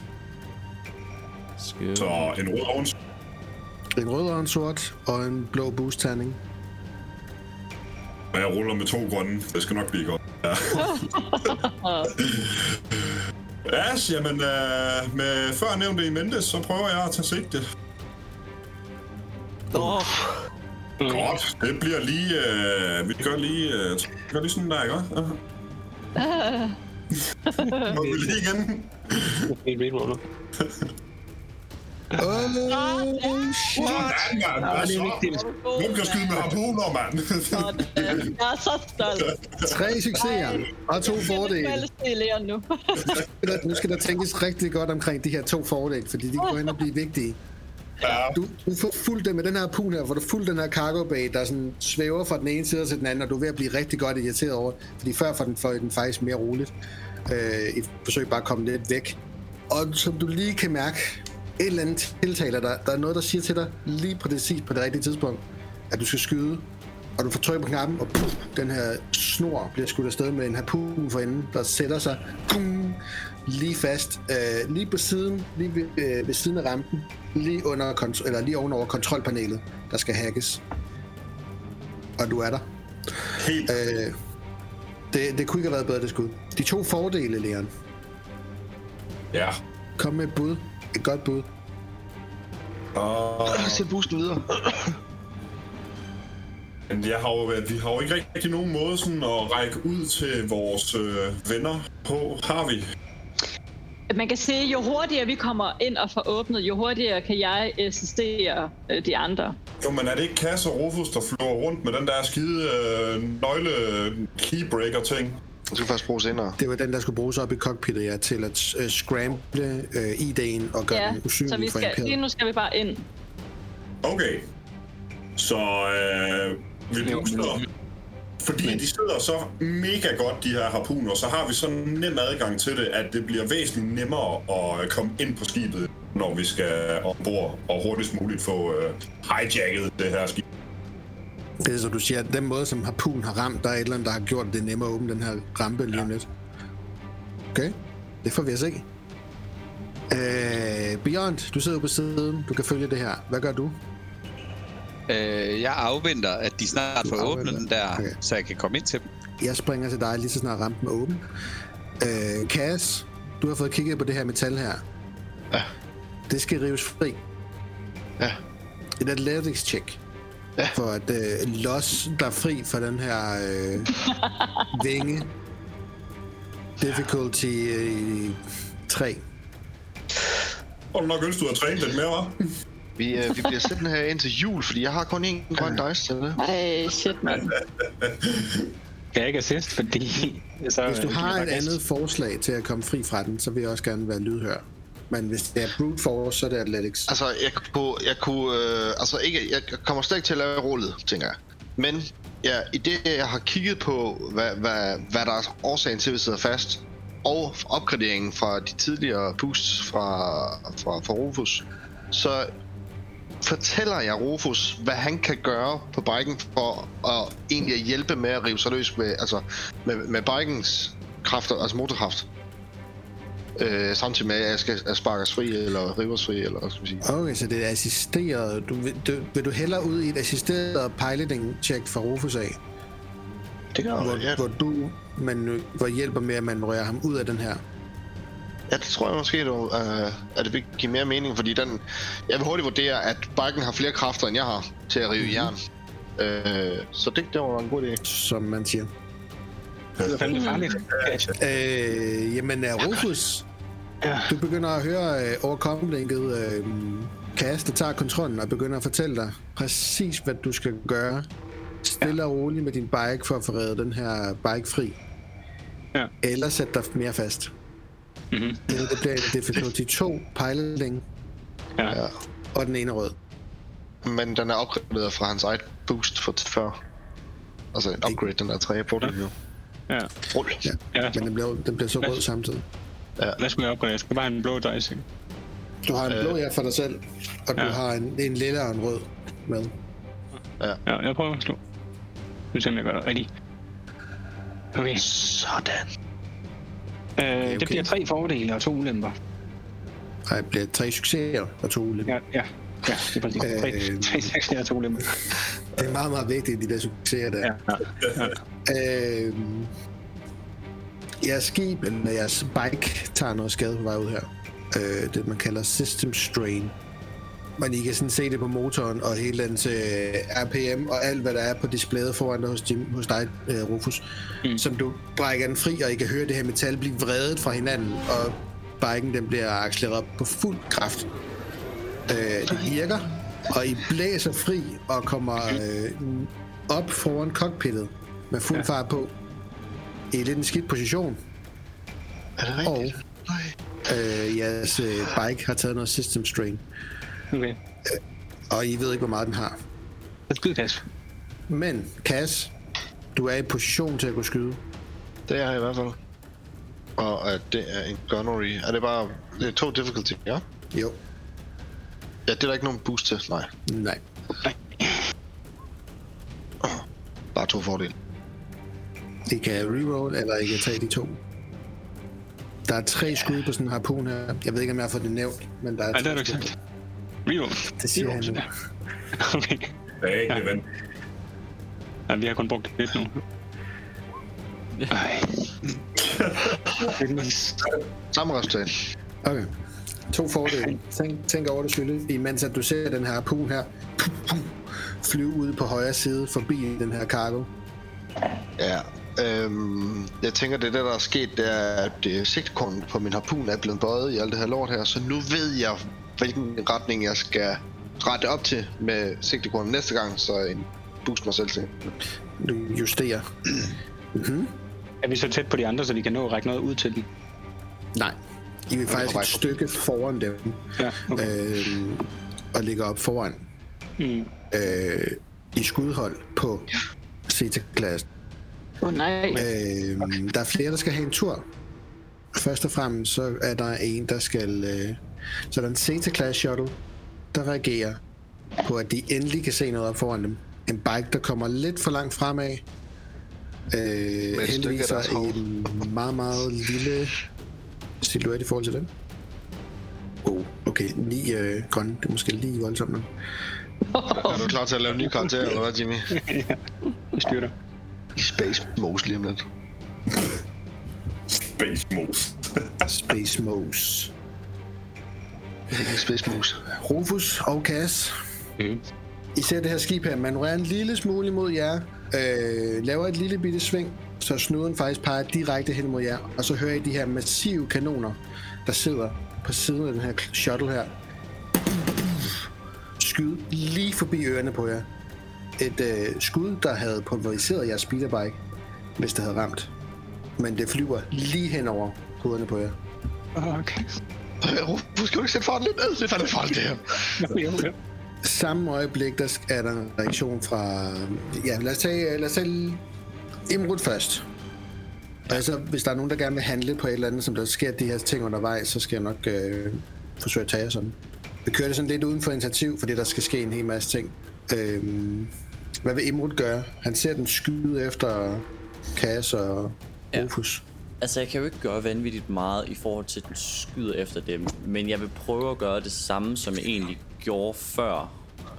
Så en rød og en rød og en sort, og en blå boost-terning. Og jeg ruller med 2 grønne. Det skal nok blive godt. Ja. Yes, jamen med førnævnte i mente, så prøver jeg at tage sigte. Godt, det bliver lige... vi gør lige sådan der, ikke? Må vi lige igen? Shit! Hvem kan skyde med harpuner, mand? Jeg er så stolt. 3 succeser og 2 fordele. Nu skal der tænkes rigtig godt omkring de her 2 fordele, fordi de går hen og blive vigtige. Ja. Du får fuldt det med den her harpun her, hvor du fuldt den her cargo bay, der sådan svæver fra den ene side til den anden, og du er ved at blive rigtig godt irriteret over, fordi før får den faktisk mere roligt. I forsøg bare at komme lidt væk. Og som du lige kan mærke, et eller andet tiltaler dig. Der er noget, der siger til dig lige præcis på det rigtige tidspunkt, at du skal skyde. Og du får tryk på knappen, og den her snor bliver skudt afsted med en harpun for enden, der sætter sig lige fast, lige på siden, lige ved siden af rampen, lige ovenover kontrolpanelet, der skal hackes. Og du er der. Helt. Det kunne ikke have været bedre, det skud. De 2 fordele, Leon. Ja. Kom med et bud. Et godt bud. Sæt boosten videre. Men vi har jo ikke rigtig nogen måde sådan at række ud til vores venner på, har vi? Man kan sige, jo hurtigere vi kommer ind og får åbnet, jo hurtigere kan jeg assistere de andre. Jo, men er det ikke Cass og Rufus, der flyver rundt med den der skide nøgle keybreaker-ting? Det skal først bruges senere. Det var den, der skulle bruges op i cockpittet, ja, til at scramble ID'en og gøre den usynlig for imperiet. Lige nu skal vi bare ind. Okay. Så vi booster. Fordi de sidder så mega godt, de her harpuner, så har vi så nem adgang til det, at det bliver væsentligt nemmere at komme ind på skibet, når vi skal ombord og hurtigst muligt få hijacket det her skib. Det er så du siger, at den måde, som harpun har ramt, der er et eller andet, der har gjort det nemmere at åbne den her rampe lige om lidt. Okay, det får vi at se. Beyond, du sidder på siden, du kan følge det her. Hvad gør du? Jeg afventer, at de snart får åbnet den der, okay, så jeg kan komme ind til dem. Jeg springer til dig lige så snart rampen er åben. Cass, du har fået kigget på det her metal her. Ja. Det skal rives fri. Ja. Et athletics check. Ja. For at loss der er fri for den her vinge. Difficulty 3. Og du nok ønsker, du har trænet lidt mere, hva'? Vi bliver siddende her indtil jul, fordi jeg har kun én grøn dice til det. Ej, shit, mand. Kan jeg ikke assist, fordi... Hvis du har et andet forslag til at komme fri fra den, så vil jeg også gerne være lydhør. Men hvis det er brute force, så er det athletics. Altså, jeg kommer slet ikke til at lave rullet, tænker jeg. Men ja, i det jeg har kigget på, hvad der er årsagen til, at vi sidder fast, og opgraderingen fra de tidligere boosts fra Rufus, så fortæller jeg Rufus, hvad han kan gøre på biken for at egentlig hjælpe med at rive sig løs med bikens kræfter, altså motorkraft. Samtidig med, at jeg skal sparke os fri, eller rive os fri, eller hvad skal vi sige. Okay, så det er assisteret. Vil du hellere ud i et assisteret piloting-check fra Rufus af? Det gør jeg, hvor hjælper med at manøvrere ham ud af den her? Ja, det tror jeg måske, at det vil give mere mening, fordi jeg vil hurtigt vurdere, at biken har flere kræfter, end jeg har til at rive jern. Så det var en god idé. Som man siger. Det er fandme farligt. Jamen, Rufus, du begynder at høre overkomlinket Cass, der tager kontrollen og begynder at fortælle dig præcis, hvad du skal gøre. Stille og roligt med din bike for at få reddet den her bike fri. Ja. Eller sætte dig mere fast. Mm-hmm. Det bliver difficulty 2 piloting. Ja. Og den ene rød. Men den er opgraderet fra hans eget boost for før. Altså en upgrade, den der 3 på den jo. Ja. Rull. Ja. Men den bliver så rød samtidig. Ja. Hvad skal jeg opgradere? Jeg skal bare have en blå dice, ikke? Du har en blå her for dig selv, og du har en lille og en rød med. Ja, jeg prøver at slå. Nu ser jeg gør det rigtigt. Okay. Sådan. Okay. Det bliver 3 fordele og 2 ulemper. Nej, det bliver 3 succeser og 2 ulemper. Ja, det er præcis. 3 succeser og 2 ulemper. Det er meget, meget vigtigt, de der succeser der. Ja. Jeres skib, eller jeres bike, tager noget skade på vej ud her. Det, man kalder system strain. Men I kan sådan se det på motoren og hele dens RPM og alt, hvad der er på displayet foran dig hos dig, Rufus. Som du brækker den fri, og I kan høre det her metal blive vredet fra hinanden, og biken den bliver accelereret op på fuld kraft. Det virker, og I blæser fri og kommer op foran cockpittet med fuld fart på. I er lidt en skidt position. Er det rigtigt? Og jeres bike har taget noget system strain. Okay. Og I ved ikke, hvor meget den har. Det er skide, Cass. Men, Cass, du er i position til at kunne skyde. Det er jeg i hvert fald. Og at det er en gunnery. Er det bare... Det er 2 difficulty, ja? Jo. Ja, det er der ikke nogen boost til, nej. Nej. Bare 2 fordele. I kan reroll, eller I kan tage de 2. Der er 3 skud på sådan en harpun her. Jeg ved ikke, om jeg har fået det nævnt, men der er 3 det er du ikke sagt. Reroll. Det siger han nu. Okay. Det er ikke ven. Ja, vi har kun brugt det lidt nu. Ej. Samme resultat. Okay. 2 fordele. Tænk over det, Sylle, imens at du ser den her harpun her flyve ud på højre side forbi den her cargo. Ja. Jeg tænker, det der er sket, det er, at sigtekornet på min harpun er blevet bøjet i alt det her lort her, så nu ved jeg, hvilken retning jeg skal rette op til med sigtekornet næste gang, så en boost mig selv til. Du justerer. Mm-hmm. Er vi så tæt på de andre, så vi kan nå at række noget ud til dem? Nej. I vil faktisk et stykke foran dem. Ja, okay. Og ligger op foran. I skudhold på Zeta-klassen. Nej. Der er flere, der skal have en tur. Først og fremmest så er der en, der skal... så der er en Zeta-class shuttle, der reagerer på, at de endelig kan se noget op foran dem. En bike, der kommer lidt for langt fremad. Heldigvis er en meget, meget lille silhuet i forhold til den. Okay, 9 grønne. Det er måske lige voldsomt nu. Er du klar til at lave en ny karakter, eller hvad, Jimmy? Ja, det styrer dig. Space Mose lige om lidt. Space Mose. Space Mose. Space Mose. Rufus og Cass. I ser det her skib her. Man rører en lille smule imod jer. Laver et lille bitte sving, så snuden faktisk peger direkte hen mod jer. Og så hører I de her massive kanoner, der sidder på siden af den her shuttle her. Skyde lige forbi ørerne på jer. Et skud, der havde pulveriseret jeres speederbike, hvis det havde ramt. Men det flyver lige hen over hovederne på jer. Okay. Rufus, kan du ikke sætte farten lidt ned? Det er fandme farligt, det her. Samme øjeblik, der er der en reaktion fra... Ja, lad os tage Imrud først. Altså, hvis der er nogen, der gerne vil handle på et eller andet, som der sker de her ting undervejs, så skal jeg nok forsøge at tage sådan. Vi kører det sådan lidt uden for initiativ, fordi der skal ske en hel masse ting. Hvad vil Imrud gøre? Han ser den skyde efter Cass og Rufus. Altså, jeg kan jo ikke gøre vanvittigt meget i forhold til, at den skyder efter dem. Men jeg vil prøve at gøre det samme, som jeg egentlig gjorde før.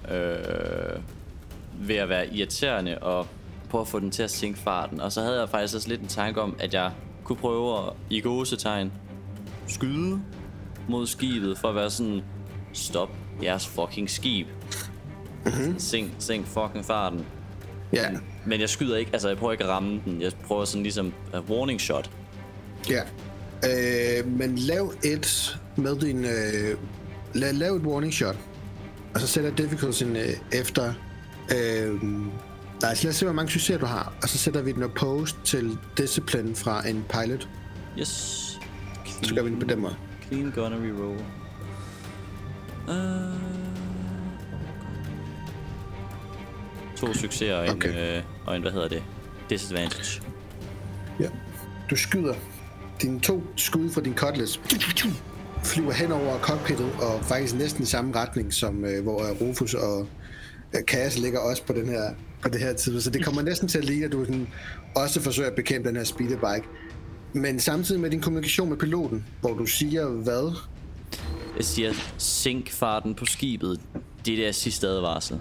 Ved at være irriterende og prøve at få den til at sænke farten. Og så havde jeg faktisk også lidt en tanke om, at jeg kunne prøve at i gåsetegn skyde mod skibet, for at være sådan, stop jeres fucking skib. Sænk fucking farten. Ja. Men jeg skyder ikke, altså jeg prøver ikke at ramme den. Jeg prøver sådan ligesom a warning shot. Ja. Men lav et med din... Lav et warning shot. Og så sætter difficultyen efter... Nej, så lad os se, hvor mange succeser du har. Og så sætter vi den opposed til discipline fra en pilot. Yes. Så gør vi den på den måde. Clean gunnery roll. To succeser og en, og en, hvad hedder det? Disadvantage. Ja. Du skyder. Dine 2 skud fra din cutlass flyver hen over cockpittet og faktisk næsten i samme retning som hvor Rufus og Cass ligger også på det her tidspunkt. Så det kommer næsten til at ligne, at du sådan også forsøger at bekæmpe den her speederbike. Men samtidig med din kommunikation med piloten, hvor du siger hvad? Jeg siger, sænk farten på skibet. Det er det sidste advarsel.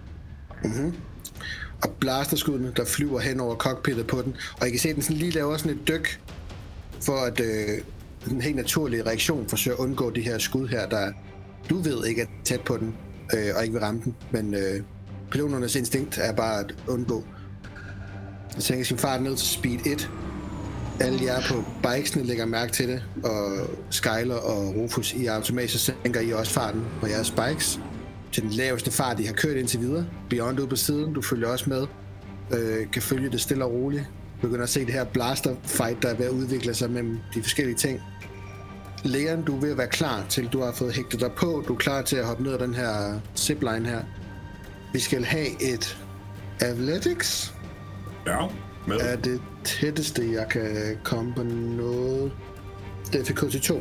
Og blasterskuddene, der flyver hen over cockpittet på den. Og I kan se, at den sådan lige laver sådan et dyk, for at den helt naturlige reaktion forsøger at undgå de her skud her, der du ved ikke er tæt på den, og ikke vil ramme den. Men piloternes instinkt er bare at undgå. Jeg tænker sin fart ned til speed 1. Alle jer på bikesene lægger mærke til det, og Skyler og Rufus i automatisk, så sænker I også farten på jeres bikes til den laveste fart, I har kørt indtil videre. Beyond ude på siden, du følger også med. Kan følge det stille og roligt. Du begynder at se det her blaster fight, der er ved at udvikle sig mellem de forskellige ting. Leon, du er ved at være klar til, du har fået hægtet dig på. Du er klar til at hoppe ned ad den her zipline her. Vi skal have et athletics. Ja, med. Er det tætteste, jeg kan komme på noget. Difficulty 2.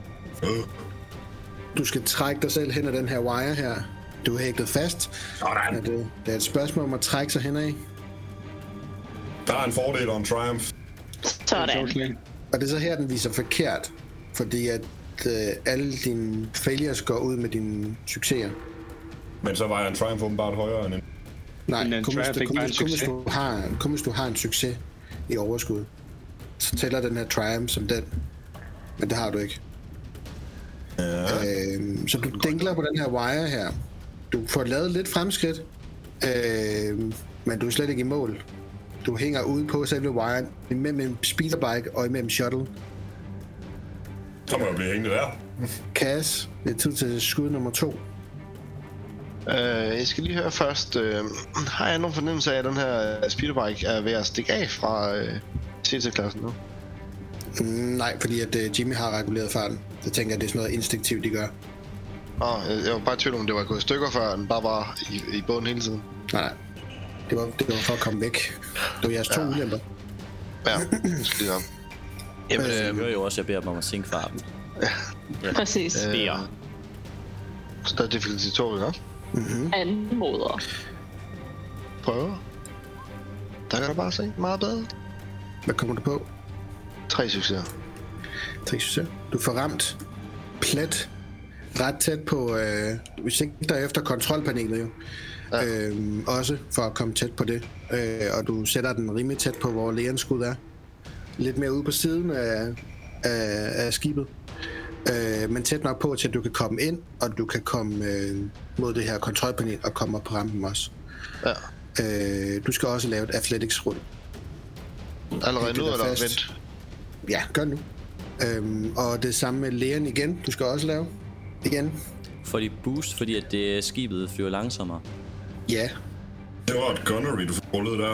Du skal trække dig selv hen ad den her wire her. Du er hægtet fast. Sådan. Det er et spørgsmål om at trække sig henad. Der er en fordel og en triumph. Sådan. Og det er så her, den viser forkert. Fordi at alle dine failures går ud med dine succeser. Men så var jeg en triumph åbenbart højere end en... Nej, kun hvis du har en succes i overskud, så tæller den her triumph som den. Men det har du ikke. Ja. Så du dingler på den her wire her. Du får lavet lidt fremskridt, men du er slet ikke i mål. Du hænger ude på selve wiren imellem speederbike og imellem shuttle. Så må jeg blive hængende der. Cass, det er tid til skud nummer 2. Jeg skal lige høre først, har jeg nogen fornemmelse af, at den her speederbike er ved at stikke af fra CT-klassen nu? Nej, fordi at Jimmy har reguleret farten. Jeg tænker, at det er sådan noget instinktivt, de gør. Jeg var bare i tvivl om, det var gået i stykker, før den bare var i båden hele tiden. Nej, det var for at komme væk. Det var jeres 2 ulemper. Ja, det skal lige om. Jamen, jeg hører jo også, at jeg beder dem om at sænke farten. Ja. Præcis. Så der er difficulty 2, ikke? Anmoder. Prøver. Der kan du bare se meget bedre. Hvad kommer du på? 3 succeser. 3 succeser. Du får ramt plet ret tæt på, vi sigter efter kontrolpanelet jo. Ja. Også for at komme tæt på det. Og du sætter den rimelig tæt på, hvor Leons skud er. Lidt mere ude på siden af skibet. Men tæt nok på, til at du kan komme ind, og du kan komme mod det her kontrolpanel og komme op på rampen også. Ja. Du skal også lave et athletics-rulle. Allerede nu, eller vent? Ja, gør nu. Og det samme med Leon igen. Du skal også lave igen. Får de boost, fordi at det skibet flyver langsommere? Ja. Det var et gunnery, du rullede der.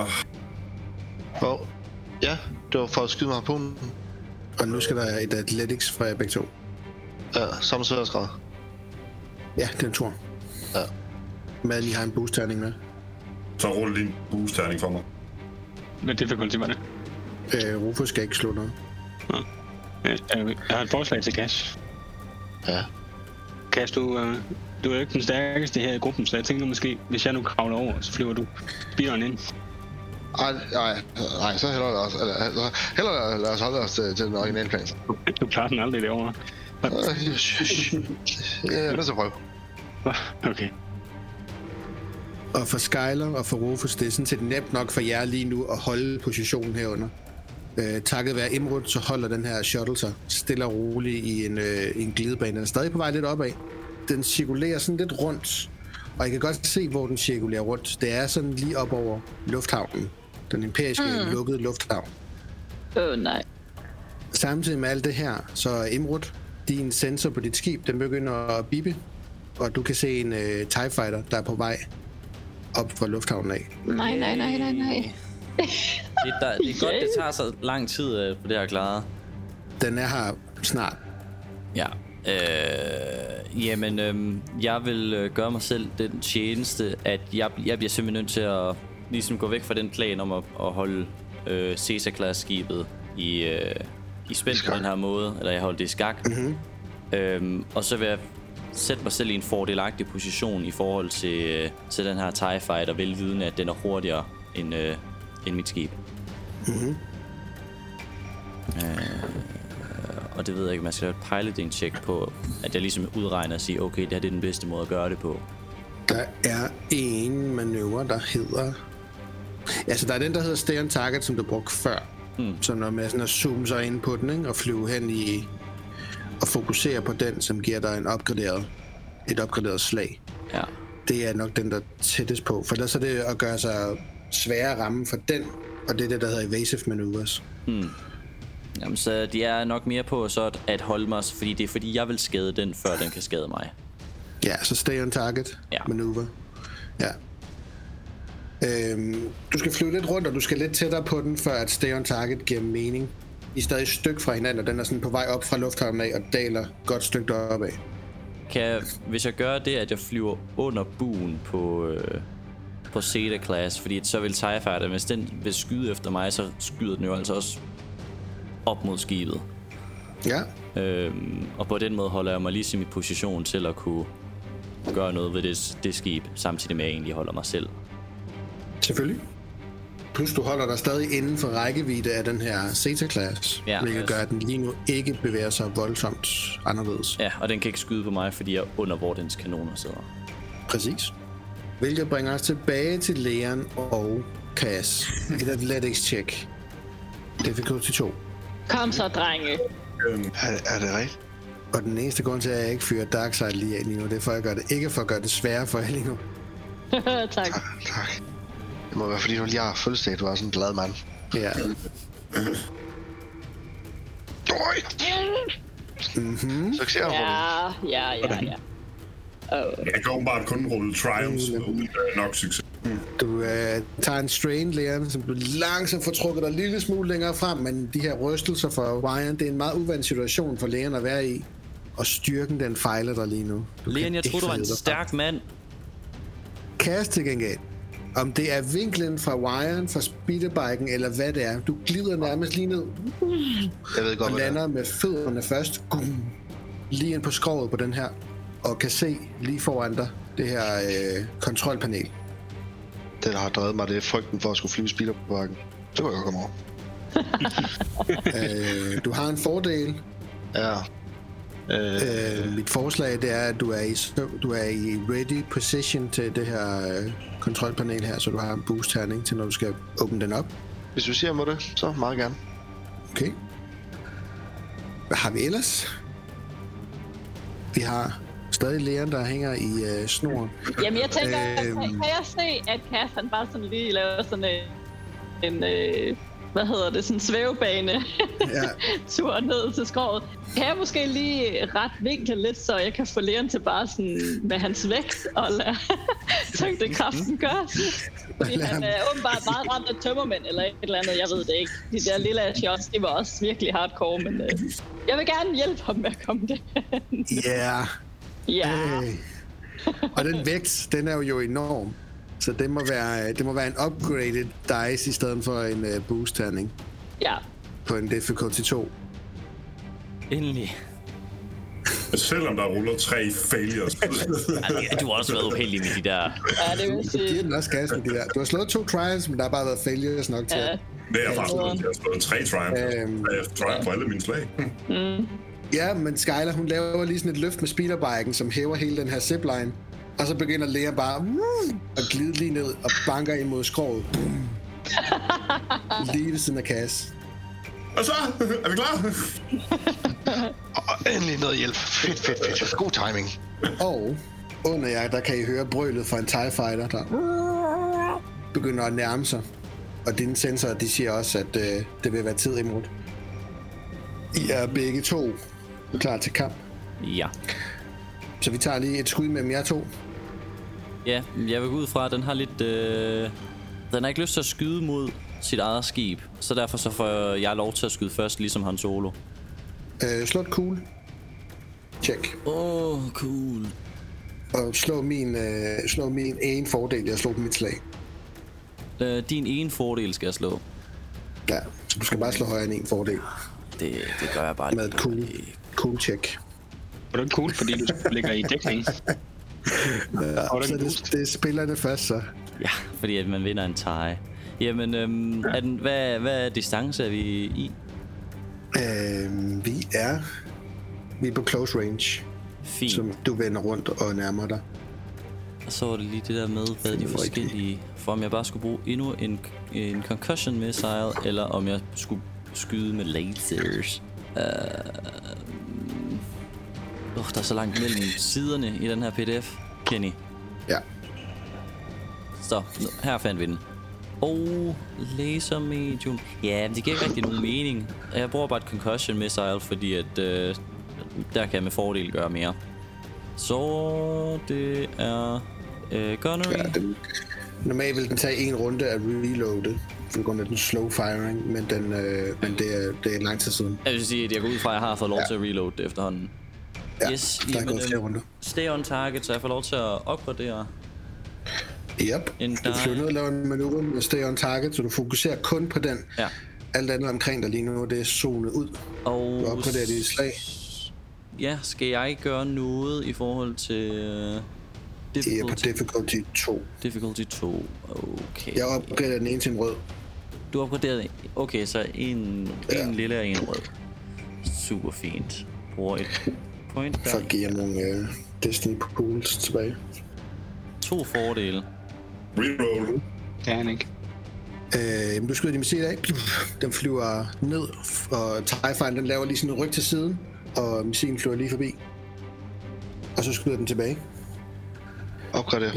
Ja, det var for at skyde mig på den. Og nu skal der et athletics fra begge to. Ja, som sværdsgrad. Ja, det er en tur. Ja. Men I har en boost-terning med. Så ruller din boost-terning for mig. Hvad difficulty var det? Rufus skal ikke slå noget. Jeg har et forslag til Cash. Ja. Cash, du er jo ikke den stærkeste her i gruppen, så jeg tænker måske, hvis jeg nu kravler over, så flyver du speederen ind. Nej, så hellere lad os holde os til den originale plan. Du klarer den aldrig derovre. Ja, lad os prøve. Okay. Og for Skyler og for Rufus, det er sådan set nemt nok for jer lige nu at holde positionen herunder. Takket være Imrud, så holder den her shuttle sig stille og roligt i en glidebane. Den er stadig på vej lidt opad. Den cirkulerer sådan lidt rundt, og I kan godt se, hvor den cirkulerer rundt. Det er sådan lige op over lufthavnen. Den imperiske lukkede lufthavn. Nej. Samtidig med alt det her, så Imrud, din sensor på dit skib, den begynder at bippe, og du kan se en TIE Fighter, der er på vej op fra lufthavnen af. Nej. Det er godt, det tager så lang tid for det her klaret. Den er her snart. Ja. Jeg vil gøre mig selv den tjeneste, at jeg bliver simpelthen nødt til at ligesom gå væk fra den plan om at holde Caesar-klasse-skibet i spænd på den her måde, eller jeg holder det i skak. Og så vil jeg sætte mig selv i en fordelagtig position i forhold til den her TIE Fighter, velvidende, at den er hurtigere end mit skib. Og det ved jeg ikke, man skal lave et piloting check på, at jeg ligesom udregner og siger, okay, det her det er den bedste måde at gøre det på. Der er en manøvre, der hedder... Altså, der er den, der hedder Stay on Target, som du brugte før. Så når man sådan at zoome sig ind på den, ikke, og flyve hen i... og fokusere på den, som giver dig et opgraderet slag. Ja. Det er nok den, der er tættest på. For ellers er det at gøre sig sværere at ramme for den, og det er det, der hedder evasive maneuvers. Jamen, så de er nok mere på så at holde mig, fordi det er fordi, jeg vil skade den, før den kan skade mig. Ja, så stay on target maneuver. Ja. Du skal flyve lidt rundt, og du skal lidt tættere på den, før at stay on target giver mening. I er stadig et stykke fra hinanden, og den er sådan på vej op fra lufthavnen af, og daler godt stykke deroppe af. Hvis jeg gør det, at jeg flyver under buen på Zeta Class, fordi så vil TIE Fighter, hvis den vil skyde efter mig, så skyder den jo altså også op mod skibet. Ja. Og på den måde holder jeg mig ligesom i position til at kunne gøre noget ved det skib, samtidig med at jeg egentlig holder mig selv. Selvfølgelig. Plus du holder dig stadig inden for rækkevidde af den her Zeta-klasse, hvilket gør, at den lige nu ikke bevæger sig voldsomt anderledes. Ja, og den kan ikke skyde på mig, fordi jeg er under, hvor dens kanoner sidder. Præcis. Hvilket bringer os tilbage til Leon og Cass. Et athletics check. Difficulty 2. Kom så, drenge. Er det rigtigt? Og den eneste grund til, at jeg ikke fyrer Darkseid lige nu, det er for at gøre det, ikke for at gøre det sværere for jer lige nu. Tak. Det må være, fordi du lige har fødselsdag, du er sådan en glad mand. Ja. Succes, Ja. Jeg kan åbenbart kun rulle triumphs, nok succes. Du tager en strain, Leon, som du langsomt får trukket dig en lille smule længere frem, men de her rystelser for Ryan, det er en meget uvandt situation for Leon at være i. Og styrken, den fejler dig lige nu. Leon, jeg troede, du var en stærk mand. Cass til gengæld. Om det er vinklen fra wiren, fra speederbiken, eller hvad det er. Du glider nærmest lige ned. Jeg ved godt, og lander med fødderne først. Lige ind på skroget på den her. Og kan se lige foran dig det her kontrolpanel. Det, der har drevet mig, det er frygten for at skulle flyve speederbiken. Det må jeg godt komme over. Du har en fordel. Ja. Mit forslag, det er, at du er i ready position til det her kontrolpanel her, så du har en boost-terning til, når du skal åbne den op. Hvis du siger mig det, så meget gerne. Okay. Hvad har vi ellers? Vi har stadig Leon, der hænger i snoren. Jamen, jeg tænker, kan jeg se, at Cass han bare sådan lige laver sådan sådan svævebane tur ned til skroget. Kan jeg måske lige ret vinkle lidt, så jeg kan få Leon til bare sådan med hans vægt og lade tyngdekraften gøres. Fordi han er åbenbart meget ramt af tømmermænd eller et eller andet, jeg ved det ikke. De der lille shots, de var også virkelig hardcore, men jeg vil gerne hjælpe ham med at komme derhen. Ja. Og den vægt, den er jo enorm. Så det må være en upgraded dice i stedet for en boost-terning. Ja. På en difficulty 2. Endelig. Selvom der ruller 3 failures. Du har også været uheldig med de der. Ja, det vil sige. Det er den også gas med de der. Du har slået 2 triumphs, men der har bare været failures nok til. Det er faktisk, jeg har slået 3 triumphs. Jeg triumph på alle mine slag. Ja, men Skyler, hun laver lige sådan et løft med speederbiken, som hæver hele den her zipline. Og så begynder Lea bare at glide lige ned og banker ind mod skroget. Lige ved siden af Cass. Og så er vi klar? Og endelig noget hjælp. Fedt. God timing. Og under jer, der kan I høre brølet fra en TIE Fighter, der begynder at nærme sig. Og dine sensorer, de siger også, at det vil være tid imod. I er begge to klar til kamp. Ja. Så vi tager lige et skud mellem jer to. Ja, jeg vil gå ud fra, at den har lidt... Den har ikke lyst til at skyde mod sit eget skib. Så derfor så får jeg lov til at skyde først, ligesom Han Solo. Slå et cool. Check. Cool. Og slå min ene fordel. Jeg slog på mit slag. Din ene fordel skal jeg slå. Ja, så du skal bare slå højere end en fordel. Det gør jeg bare. Med et cool check. Og det er cool, fordi du ligger i dækning. Ja, så det er spillerne først, så. Ja, fordi at man vinder en tie. Jamen, hvad distance er vi i? Vi er på close range. Fint. Som du vender rundt og nærmer dig. Og så var det lige det der med, hvad de forskellige... For om jeg bare skulle bruge endnu en concussion missile, eller om jeg skulle skyde med lasers. Der er så langt mellem siderne i den her PDF, Kenny. Ja. Så, her fandt vi den. Laser medium. Ja, det giver ikke rigtig nogen mening. Jeg bruger bare et concussion missile, fordi at der kan jeg med fordel gøre mere. Så det er gunnery. Ja, normalt vil den tage en runde at reloade, for grund af den slow firing, men det er lang tid siden. Jeg vil sige, at jeg går ud fra, at jeg har fået lov til at reloade det efterhånden. Ja, yes, der er gået flere runder. Stay on target, så jeg får lov til at opgradere. Yep. Du flyver ned og laver en manøvre med stay on target, så du fokuserer kun på den. Ja. Alt andet omkring dig lige nu, det er zonet ud. Og du opgraderer dit slag. Ja, skal jeg gøre noget i forhold til Det er på difficulty 2. Difficulty 2, okay. Jeg opgraderer den ene til en rød. Du opgraderer den? Okay, så en lille og en rød. Super fint. Bruger et point der. For at give nogle Destiny Pools tilbage. 2 fordele. Reroll. Det er han ikke. Du skyder din missil af. Den flyver ned, og TIE Fighter, den laver lige sådan en ryg til siden, og missilen flyver lige forbi. Og så skyder den tilbage. Opgrader.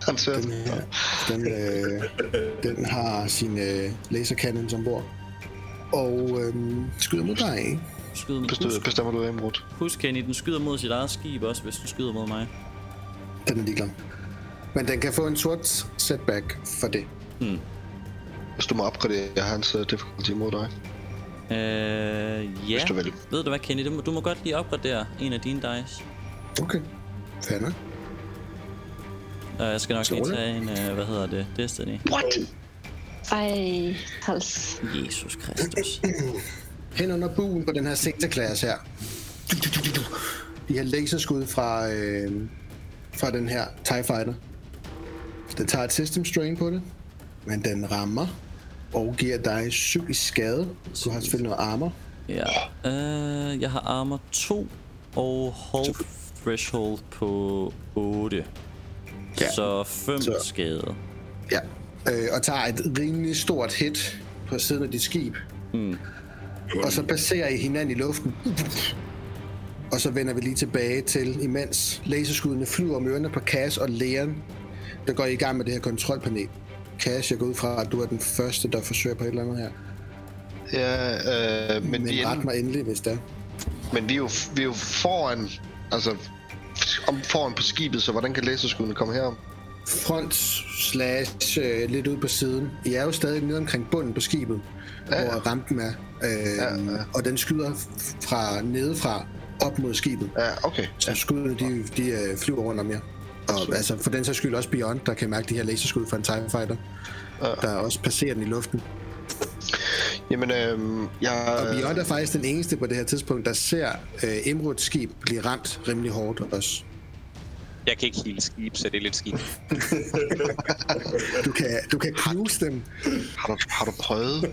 Den har sin lasercannon ombord. Og skyder mod dig. Bestemmer du Emerald. Husk, Kenny, den skyder mod sit eget skib også, hvis du skyder mod mig. Den er ligeglad. Men den kan få en sort setback for det. Hvis du må opgradere hans difficulty mod dig. Ja. Hvis du vil. Ved du hvad, Kenny? Du må godt lige opgradere en af dine dice. Okay. Fair nok. Jeg skal nok lige tage en, hvad hedder det? Destiny. What? Ej, hals. Jesus Kristus. Hen under buen på den her sektorklasse her. De her laserskud fra den her TIE Fighter. Den tager et system strain på det, men den rammer og giver dig 7 i skade. Du har selvfølgelig noget armor. Ja. Jeg har armor 2 og health threshold på 8. Ja. Så 5 skade. Ja. Og tager et rimelig stort hit på siden af dit skib. Og så passerer I hinanden i luften. Og så vender vi lige tilbage til, imens laserskuddene flyver om ørerne på Cass og Leon, der går i gang med det her kontrolpanel. Cass, jeg går ud fra, at du er den første, der forsøger på et eller andet her. Ja, men vi ret mig endelig, hvis det er. Men vi er jo foran, altså foran på skibet, så hvordan kan laserskuddene komme herom? Front slash lidt ud på siden. I er jo stadig nede omkring bunden på skibet, hvor rampen er. Og den skyder fra nedefra op mod skibet. Ja, okay. Så skuddene, de flyver rundt om jer. Og altså, for den sags skyld også Beyond, der kan mærke de her laserskud fra en TIE Fighter. Der også passerer den i luften. Jamen, Og Beyond er faktisk den eneste på det her tidspunkt, der ser Imruds skib blive ramt rimelig hårdt også. Jeg kan ikke hele skib, så det er lidt skidt. Du kan knuse dem. Har du prøvet?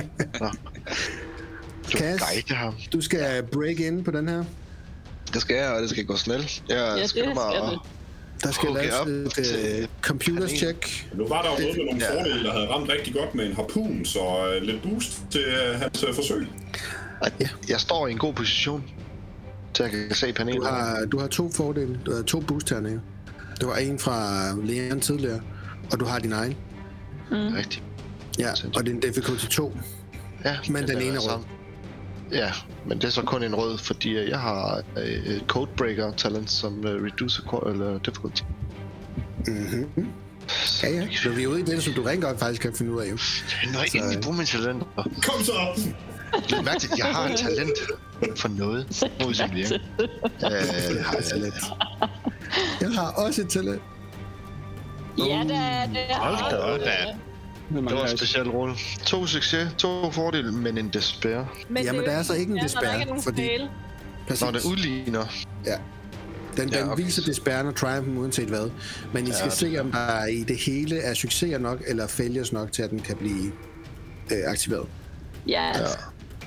Cass, du skal break in på den her. Det skal jeg, og det skal gå snelt. Jeg skynder mig og... Der skal laves et computers check. Nu var der jo noget med nogle fordele, der havde ramt rigtig godt med en harpun, så lidt boost til hans forsøg. Jeg står i en god position, så jeg kan se panelet. Du har 2 fordele. Du har 2 boost-terninger. Du har en fra Leon tidligere, og du har din egen. Rigtigt. Ja, og det er en difficulty 2. Ja, men den ene er rød. Ja, men det er så kun en rød, fordi jeg har et Codebreaker talent, som reducer eller difficulty. Mhm. Ja. Så vi er ude i det, som du rent godt faktisk kan finde ud af, jo. Nå, jeg kan ikke bruge mine talenter. Kom så! Det er mærkeligt, jeg har et talent for noget. Jeg har et talent. Jeg har også et talent. Ja, det har du. Det var en speciel rulle. 2 succes, 2 fordele, men en despair. Jamen, der er så ikke en despair, fordi... Når det udligner. Ja. Den viser despairen og triumphen uanset hvad. Men I skal se, om der i det hele er succeser nok, eller failures nok, til at den kan blive aktiveret. Yes.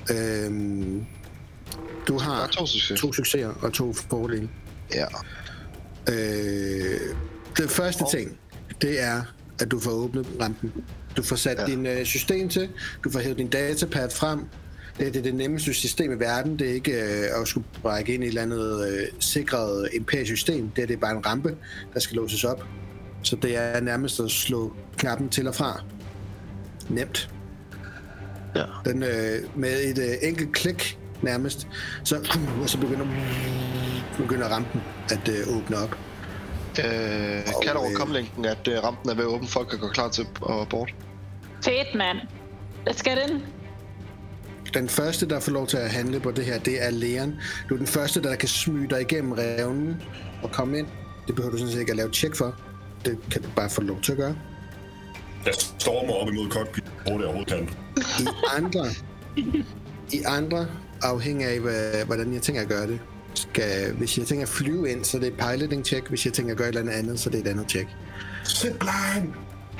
Du har 2 succeser og 2 fordele. Ja. Det første ting, det er, at du får åbnet rampen. Du får sat din system til, du får hævet din datapad frem. Det er det nemmeste system i verden. Det er ikke at skulle brække ind i et eller andet sikret imperisk system. Det er bare en rampe, der skal låses op. Så det er nærmest at slå knappen til og fra. Nemt. Ja. Den med et enkelt klik nærmest, så begynder rampen at åbne op. Kan der overkomme-linken, at rampen er ved at åbne, folk kan gå klar til at bort? Fedt, mand. Let's get in. Den første, der får lov til at handle på det her, det er Leon. Du er den første, der kan smyge dig igennem revnen og komme ind. Det behøver du sådan set ikke at lave tjek for. Det kan du bare få lov til at gøre. Jeg stormer op imod cockpit, hvor det overhovedet kan. I andre, afhængig af, hvordan jeg tænker at gøre det, hvis jeg tænker at flyve ind, så er det et piloting check. Hvis jeg tænker at gøre et eller andet, så er det et andet check. Zipline!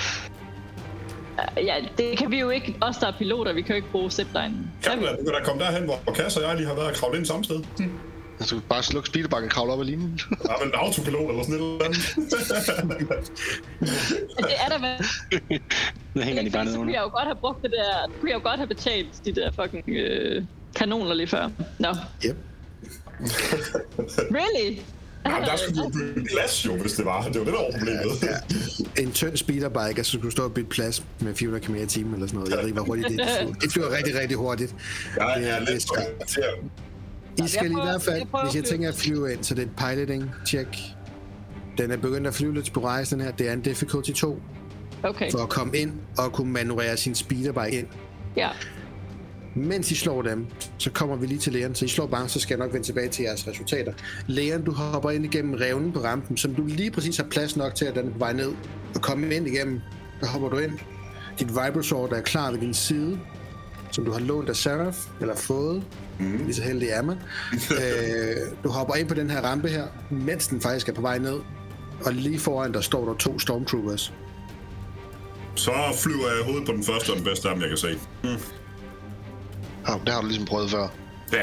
Ja, det kan vi jo ikke. Os, der er piloter, vi kan jo ikke bruge zipline. Du kan da komme derhen, hvor Cass og jeg lige har været og kravlet ind samme sted. Altså, du kan bare slukke speederbakken og kravle op ad linjen. Ja, men en autopilot eller sådan et eller andet. Det er der vel. Det hænger de bare ned under. Så kunne jeg jo godt have brugt det der. Kunne jeg jo godt have betalt de der fucking kanoner lige før. Nå. Yep. Really? Jamen, der skulle jo bygge plads jo, hvis det var. Det var det, der var problemet. Ja. En tynd speederbike, altså skulle stå og bygge plads med 400 km i timen eller sådan noget. Jeg ved ikke, hvor hurtigt det flyver. Det flyver rigtig, rigtig hurtigt. Ja, det er lidt I skal i hvert fald, hvis jeg tænker at flyve ind, så det er et piloting check. Den er begyndt at flyve lidt sporadisk, den her. Det er en difficulty 2. Okay. For at komme ind og kunne manøvrere sin speederbike ind. Ja. Mens I slår dem, så kommer vi lige til Leon. Så I slår bare, så skal jeg nok vende tilbage til jeres resultater. Leon, du hopper ind igennem revnen på rampen, som du lige præcis har plads nok til, at den er på vej ned. Og komme ind igennem, så hopper du ind. Dit vibrosword er klar ved din side, som du har lånt af Seraph, eller fået. Lige så heldig er man. Du hopper ind på den her rampe her, mens den faktisk er på vej ned. Og lige foran der står der 2 stormtroopers. Så flyver jeg hovedet på den første og den bedste af dem, jeg kan se. Det har du ligesom prøvet før. Ja.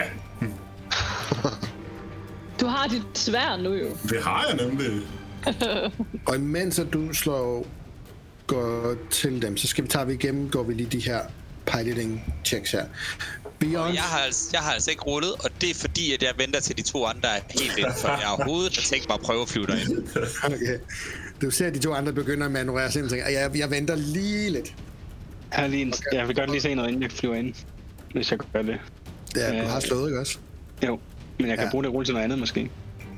Du har dit sværd nu jo. Det har jeg nemlig. Og imens at du går til dem, så går vi lige de her piloting checks her. Beyond... Jeg har altså ikke rullet, og det er fordi, at jeg venter til de 2 andre er helt inden for. Jeg overhovedet har tænkt mig at prøve at flyve derind. Okay. Du ser, at de 2 andre begynder at manøvrere sig ind, og jeg venter lige lidt. Jeg vil godt lige se noget, inden jeg flyver ind. hvis jeg gør det. Ja, du har slået, ikke også? Jo, men jeg kan bruge det rulle til noget andet måske.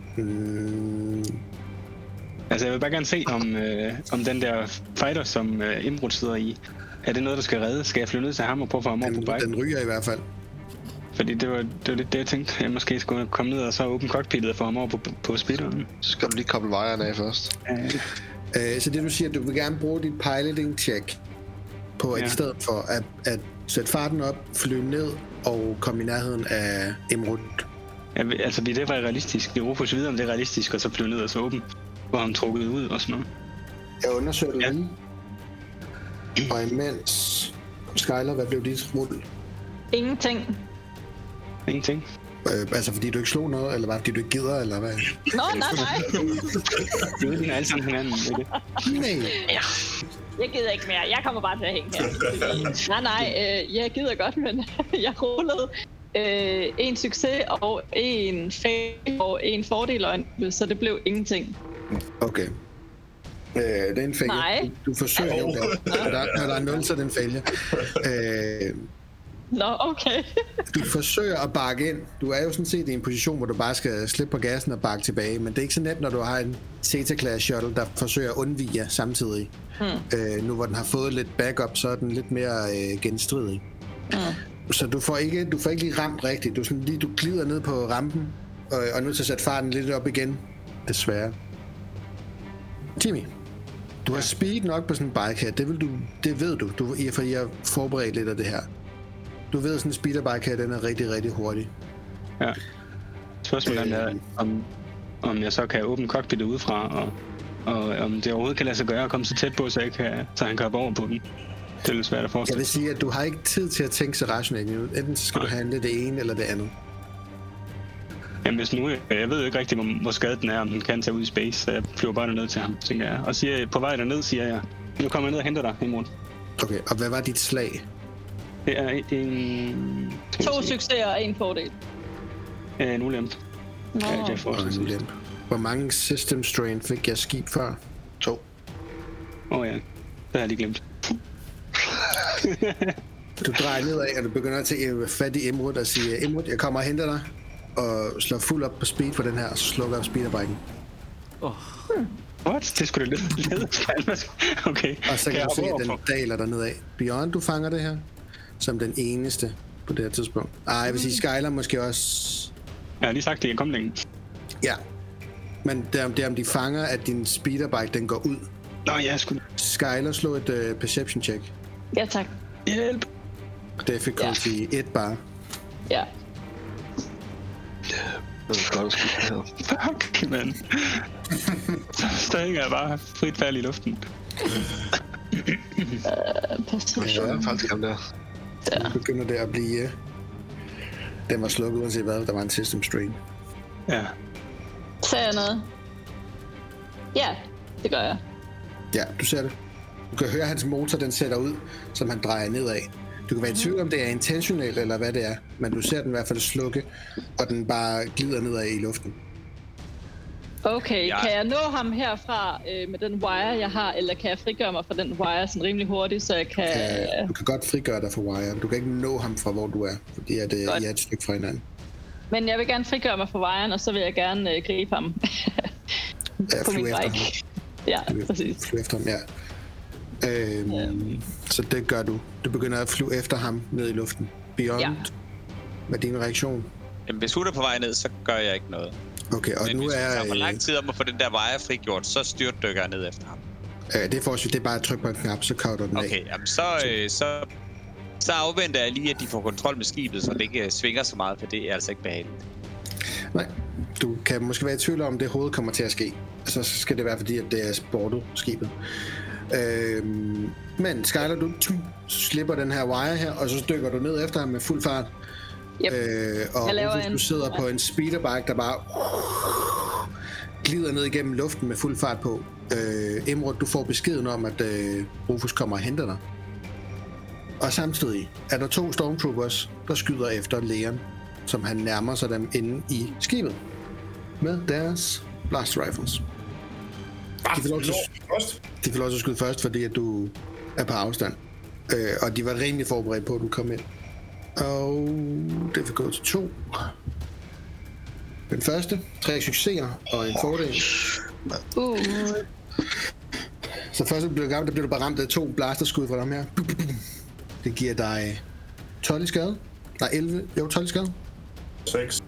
Altså, jeg vil bare gerne se, om den der fighter, som Imrud sidder i, er det noget, der skal redde? Skal jeg flyve ned til ham og prøve at få ham over på bike? Den ryger i hvert fald. Fordi det var lidt det, jeg tænkte. Jeg måske skulle komme ned og så åbne cockpittet og få ham over på speederen. Så skal du lige koble vejerne af først. Så det du siger, du vil gerne bruge dit piloting check på et sted for at sætte farten op, flyve ned og komme i nærheden af Imrud. Ja, altså det er realistisk. Vi Rufus videre, om det er realistisk, og så flyve ned og så åbne. Hvor ham trukket ud og sådan noget. Jeg undersøger det lige. Og imens... Skyler, hvad blev dit rulle? Ingenting. Ingenting? Altså fordi du ikke slog noget, eller bare fordi du ikke gider, eller hvad? Nå, nej. Du ved, alle sammen hinanden, ikke? Nej. Ja. Jeg gider ikke mere. Jeg kommer bare til at hænge her. Nej, jeg gider godt, men jeg rullede en succes og en fail og en fordel, så det blev ingenting. Okay. Det er en failure. Nej. Du forsøger jo det. Når der er 0, så er det en failure. Nå, okay. Du forsøger at bakke ind. Du er jo sådan set i en position, hvor du bare skal slippe på gassen og bakke tilbage. Men det er ikke så nemt, når du har en Zeta-class shuttle, der forsøger at undvige samtidig. Nu hvor den har fået lidt backup, så er den lidt mere genstridig. Så du får ikke lige ramt rigtigt. Du glider ned på rampen, og er nødt til at sætte farten lidt op igen. Desværre. Timmy, du har speed nok på sådan en bike her. Det ved du. For I har forberedt lidt af det her. Du ved, sådan en speederbike her, den er rigtig, rigtig hurtig. Ja. Spørgsmålet er, om jeg så kan åbne cockpittet udefra, og om det overhovedet kan lade sig gøre at komme så tæt på, så han kan hoppe over på den. Det er lidt svært at forestille. Jeg vil sige, at du har ikke tid til at tænke så rationelt. Enten så skal du handle det ene eller det andet. Jamen hvis nu, jeg ved jo ikke rigtig, hvor skadet den er, om den kan tage ud i space, så jeg flyver bare ned til ham, tænker jeg. Og siger, på vej derned, siger jeg, nu kommer jeg ned og henter dig, Imrud. Okay, og hvad var dit slag? Det er en... 2 succeser og en fordel. En ulempe. Nå. Ja, det er en ulempe. Hvor mange system strain fik jeg skib før? 2. Ja, det har jeg lige glemt. Du drejer nedad, og du begynder at tage fat i Imrud og sige, Imrud, jeg kommer og henter dig, og slår fuld op på speed på den her, og så slukker op speederbiken. What? Det skulle det lidt. Okay. Og så kan du se, at den daler der nedad. Beyond, du fanger det her som den eneste på det her tidspunkt. Jeg vil sige, Skyler måske også... Jeg har lige sagt det i en komling. Ja. Men det er om de fanger, at din speederbike, den går ud. Nå, ja, sgu. Skyler, slå et perception check. Ja, tak. Hjælp. Difficulty 1 bare. Ja. Fuck, man. Så hænger jeg bare frit fald i luften. Ja, faktisk ham der. Ja. Begynder det at blive... Den var slukket uanset hvad, der var en system strain. Ja. Ser jeg noget? Ja, det gør jeg. Ja, du ser det. Du kan høre, at hans motor, den sætter ud, som han drejer nedad. Du kan være i tvivl om, det er intentionelt, eller hvad det er. Men du ser den i hvert fald slukke, og den bare glider nedad i luften. Okay, kan jeg nå ham herfra med den wire, jeg har, eller kan jeg frigøre mig fra den wire sådan rimelig hurtigt, så jeg kan... Du kan godt frigøre dig fra wire. Du kan ikke nå ham fra, hvor du er, fordi at, I er et stykke fra hinanden. Men jeg vil gerne frigøre mig fra wiren, og så vil jeg gerne gribe ham. På min bike. Ja, præcis. Flyve efter ham, ja. Så det gør du. Du begynder at flyve efter ham ned i luften. Beyond, hvad er din reaktion? Jamen, hvis hun er på vej ned, så gør jeg ikke noget. Okay, og men nu hvis er... det tager for lang tid om at få den der wire frigjort, så styrtdykker jeg ned efter ham. Det er det er bare at trykke på en knap, så kauter den af. Okay, jamen så afventer jeg lige, at de får kontrol med skibet, så det ikke svinger så meget, for det er altså ikke behageligt. Nej, du kan måske være i tvivl om, det hovedet kommer til at ske. Så skal det være, fordi at det er sportet skibet. Men Skyler, du slipper den her wire her, og så dykker du ned efter ham med fuld fart. Yep. Og du sidder på en speederbike, der bare glider ned igennem luften med fuld fart på. Imrud, du får beskeden om, at Rufus kommer og henter dig. Og samtidig er der 2 stormtroopers, der skyder efter Leon, som han nærmer sig dem inde i skibet med deres blast rifles. De får lov til at skyde først, fordi at du er på afstand. Og de var rimelig forberedt på, at du kom ind. Og det vil gå til 2. Den første, 3 succeser og en fordel. Så først bliver du bare ramt af 2 blasterskud fra dem her. Det giver dig 12 i skade. Nej, 11. Jo, 12 i skade. 6.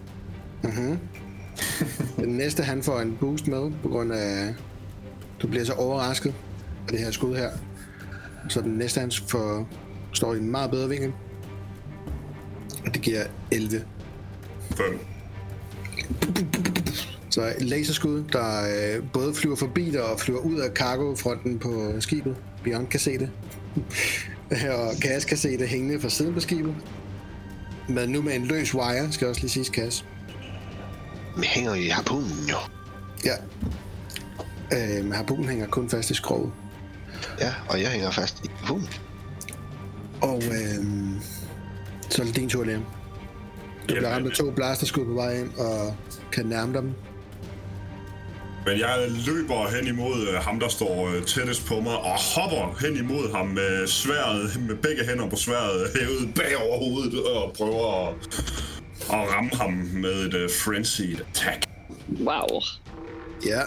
Den næste, han får en boost med, på grund af... Du bliver så overrasket af det her skud her. Så den næste, han står i en meget bedre vinkel. Og det giver 11. 5. Så et laserskud, der både flyver forbi dig og flyver ud af cargofronten på skibet. Bjørn kan se det. Og Cass kan se det hængende fra siden på skibet. Men nu med en løs wire, skal jeg også lige sige, Cass. Vi hænger i harpunen jo. Ja. Harpunen hænger kun fast i skroget. Ja, og jeg hænger fast i harpunen. Og så er det din tur, Liam. Du bliver ramt af 2 blasterskud på vej ind, og kan nærme dem. Men jeg løber hen imod ham, der står tættest på mig, og hopper hen imod ham med sværdet, med begge hænder på sværdet, hævet bag over hovedet, og prøver at ramme ham med et frenzied attack. Wow. Ja.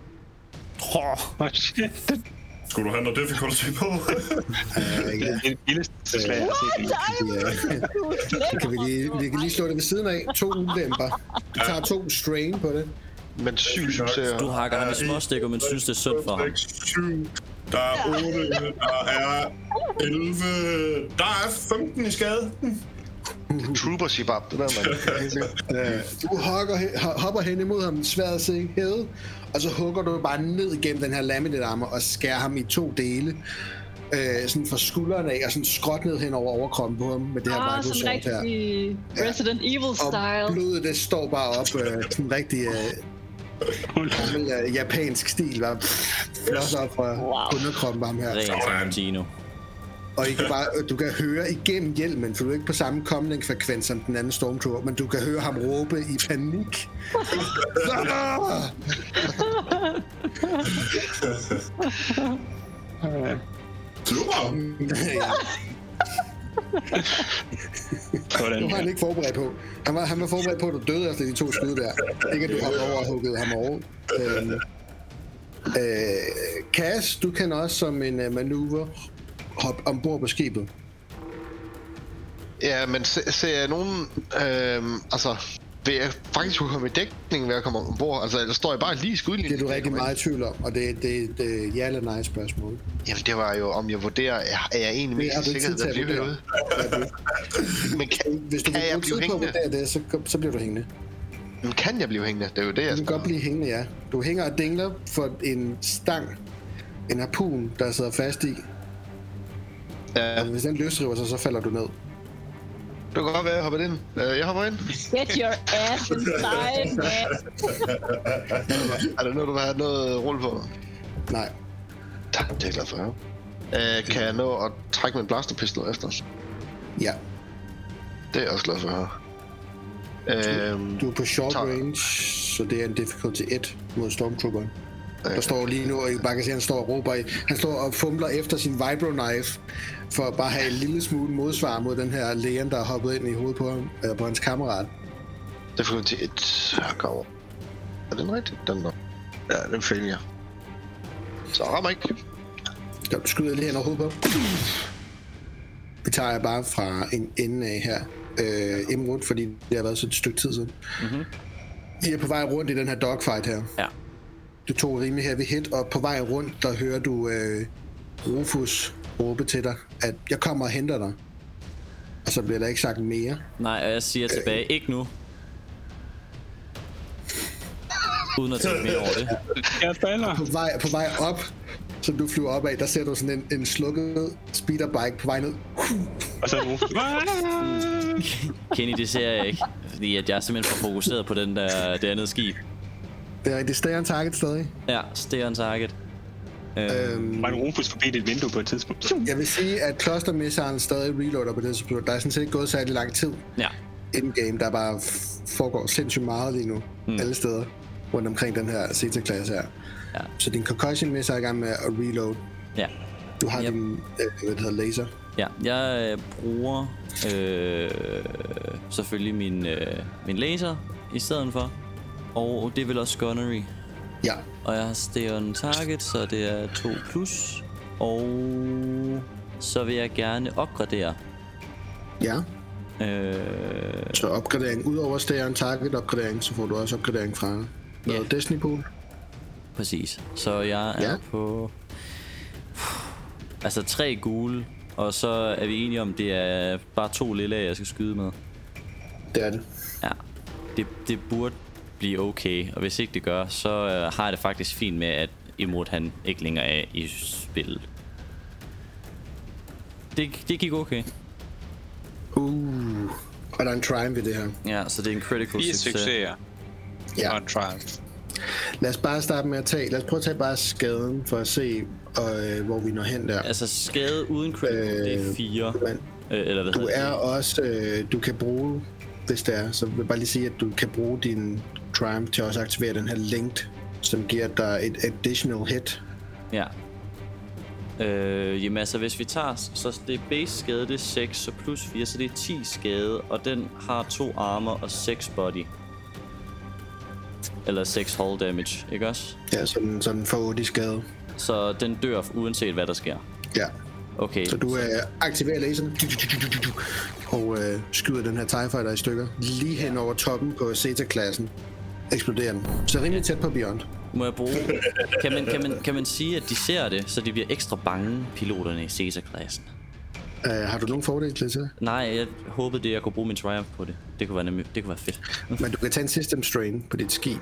Skulle du have noget difficulty på? Det er det vildeste slag, jeg har set. vi kan lige slå det ved siden af. 2 ulemper. Du tager 2 strain på det. Men 7 succeser. Du hakker ham i småstikker, men synes, det er synd for ham. 7. Der er 8. Der er 11. Der er 15 i skade. Trooper Shibab, det der, mand. Du hopper hen imod ham, sværdet sig hævet, og så hugger du bare ned igennem den her laminate-armor og skærer ham i 2 dele. Sådan fra skuldrene af, og sådan skråt ned hen over overkroppen på ham med det her sådan rigtig Resident Evil-style. Og blodet, det står bare op, sådan rigtig japansk stil, der flosser op fra underkroppen på ham her. Ren Gino. Og du kan høre igennem hjelmen, for du er ikke på samme comlink-frekvens som den anden Stormtrooper, men du kan høre ham råbe i panik. Super! Det var han ikke forberedt på. Han var forberedt på, at du døde efter de 2 skud der. Ikke at du hoppede over og huggede ham over. Cass, du kan også som en manøvre hoppe ombord på skibet. Ja, men ser jeg nogen... altså... Vil jeg faktisk kunne komme i dækning ved at komme ombord? Altså, eller står jeg bare lige i skudlinjen? Det er du rigtig meget i tvivl om, og det er ja eller nej spørgsmål. Jamen, det var jo, om jeg vurderer, er jeg egentlig mest sikker, at blive herude? Men hvis du vil bruge tid på at vurdere det, så bliver du hængende. Men kan jeg blive hængende? Det er jo det, jeg Du kan godt blive hængende, ja. Du hænger og dingler for en stang, en harpun, der sidder fast i. Ja. Og hvis den løsriver sig, så falder du ned. Det kan godt være, jeg hopper ind. Jeg hopper ind. Get your ass inside, man. Er der noget, du vil have noget rulle på? Nej. Det er jeg glad for, ja. Kan jeg nå at trække min blasterpistol efter os? Ja. Det er jeg også glad for at høre. Du er på short range, så det er en difficulty 1 mod Stormtrooperen. Der står lige nu, og I bare kan se, han står og råber. Han står og fumler efter sin vibro-knife, for at bare have en lille smule modsvar mod den her lægen, der er hoppet ind i hovedet på ham, eller på hans kammerat. Difficulty 1. Er den rigtig? Den der. Ja, den failure. Så rammer ikke. Så du skyder lige hen over hovedet på. Vi tager jer bare fra en ende af her. Rundt, fordi det har været så et stykke tid siden. I er på vej rundt i den her dogfight her. Ja. Du tog rimelig heavy hit, og på vej rundt, der hører du Rufus råbe til dig, at jeg kommer og henter dig. Og så bliver der ikke sagt mere. Nej, og jeg siger tilbage, ikke nu. Uden at tænke mere over det. Jeg falder. På vej op, som du flyver op af, der ser du sådan en slukket speederbike på vej ned. Og så er Rufus. Kenny, det ser jeg ikke, fordi at jeg er simpelthen for fokuseret på det andet skib. Det er rigtig stay on target stadig. Ja, stay on target. Var en Rufus forbi dit vindue på et tidspunkt? Jeg vil sige, at cluster missilen stadig reloader på det tidspunkt. Der er sådan set ikke gået særlig lang tid. Ja. In-game, der bare foregår sindssygt meget lige nu. Alle steder rundt omkring den her Zeta-klasse her. Ja. Så din concussion missile er i gang med at reload. Ja. Du har din, laser. Ja, jeg bruger selvfølgelig min laser i stedet for. Og det er vel også gunnery. Ja. Og jeg har stay on target, så det er 2+. Og så vil jeg gerne opgradere. Ja. Så opgradering ud over stay on target opgradering, så får du også opgradering fra noget Destiny Pool. Præcis. Så jeg er på 3 gule. Og så er vi enige om, det er bare 2 lille, jeg skal skyde med. Det er det. Ja, det burde blive okay. Og hvis ikke det gør, så har jeg det faktisk fint med, at Imod han ikke længere er i spillet. Det gik okay. Og der er en triumph i det her. Ja, så det er en critical succes. Ja. Og en triumph. Lad os bare starte med lad os prøve at tage bare skaden, for at se, hvor vi når hen der. Altså skade uden critical, det er 4. Eller hvad du er også, du kan bruge, hvis det er, så vil jeg bare lige sige, at du kan bruge din triumph til også at aktivere den her linked, som giver dig et additional hit. Ja. Jamen altså, hvis vi tager, så det base skade, det er 6, så plus 4, så det er 10 skade, og den har 2 armor og 6 body. Eller 6 hull damage, ikke også? Ja, sådan for 8 skade. Så den dør uanset hvad der sker? Ja. Okay. Så du aktiverer laseren og skyder den her TIE Fighter i stykker. Lige hen over toppen på Zeta-klassen eksploderer den. Så rimelig tæt på Beyond. Må jeg bruge... Kan man sige, at de ser det, så de bliver ekstra bange, piloterne i Zeta-klassen? Har du nogen fordel til det? Nej, jeg håbede det, jeg kunne bruge min Triumph på det. Det kunne være fedt. Men du kan tage en system strain på dit skib.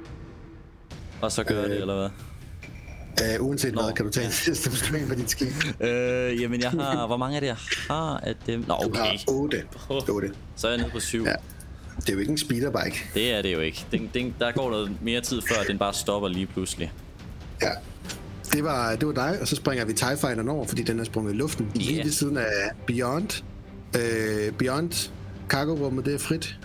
Og så gøre det, eller hvad? Uanset hvad, kan du tage en system strain på dit skib. Jamen jeg har... Hvor mange er det, jeg har af dem? Nå, okay. Du har 8. Så er jeg nede på 7. Ja. Det er jo ikke en speederbike. Det er det jo ikke. Der går noget mere tid før, at den bare stopper lige pludselig. Ja. Det var dig, og så springer vi TIE Fighteren over, fordi den er sprunget i luften. Lige ved siden af Beyond. Beyond, cargo-rummet, det er frit.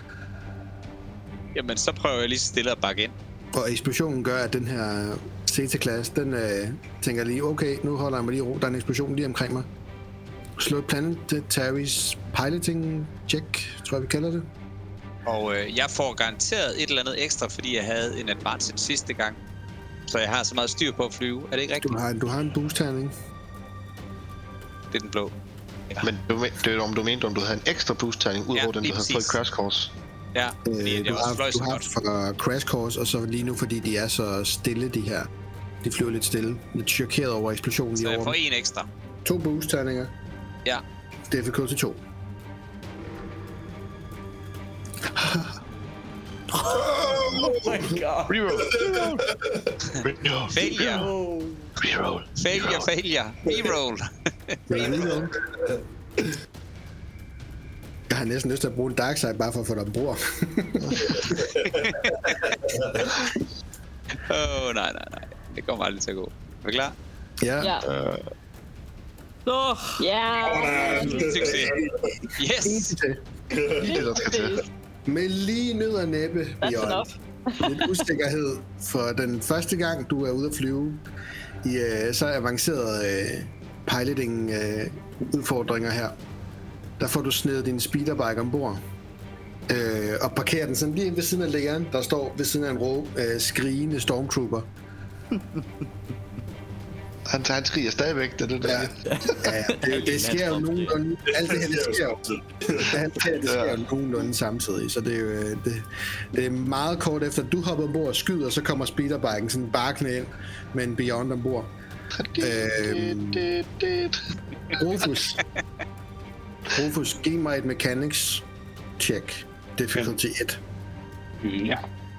Jamen, så prøver jeg lige stille at bakke ind. Og eksplosionen gør, at den her Zeta-klasse, den tænker lige, okay, nu holder jeg mig lige ro. Der er en eksplosion lige omkring mig. Slå et Planetary's piloting check, tror jeg, vi kalder det. Og jeg får garanteret et eller andet ekstra, fordi jeg havde en advanced sidste gang. Så jeg har så meget styr på at flyve. Er det ikke rigtigt? Du har en boost-terning. Det er den blå. Ja. Men det er om du mente, om du havde en ekstra boost-terning, ud over den, du havde fået Crash Course. Ja, fordi du har for Crash Course, og så lige nu, fordi de er så stille, de her. De flyver lidt stille. Lidt chokeret over eksplosionen. Så jeg får en ekstra. 2 boost-terninger. Ja. Difficulty 2. Oh my god. Reroll. Failure. Reroll. Failure. Reroll. Jeg har næsten lyst til at bruge en darkside bare for at få dig ombord. Nej. Det kommer aldrig til at gå. Er du klar? Ja. Succes. Yes. Det der skal til. Med lige nød og næppe, Beyond. Lidt usikkerhed for den første gang, du er ude at flyve i så avancerede piloting udfordringer her. Der får du snedet din speederbike ombord og parkerer den sådan lige ved siden af lægeren, der står ved siden af en skrigende stormtrooper. Han skriger stadigvæk, det der. Ja, det sker jo nogenlunde. Alt det her, det sker jo nogenlunde samtidig. Så det er jo det er meget kort efter, at du hopper ombord og skyder, så kommer speederbiken sådan barkende ind med en Beyond ombord. Rufus, giv mig et mechanics check. Difficulty 1. Ja.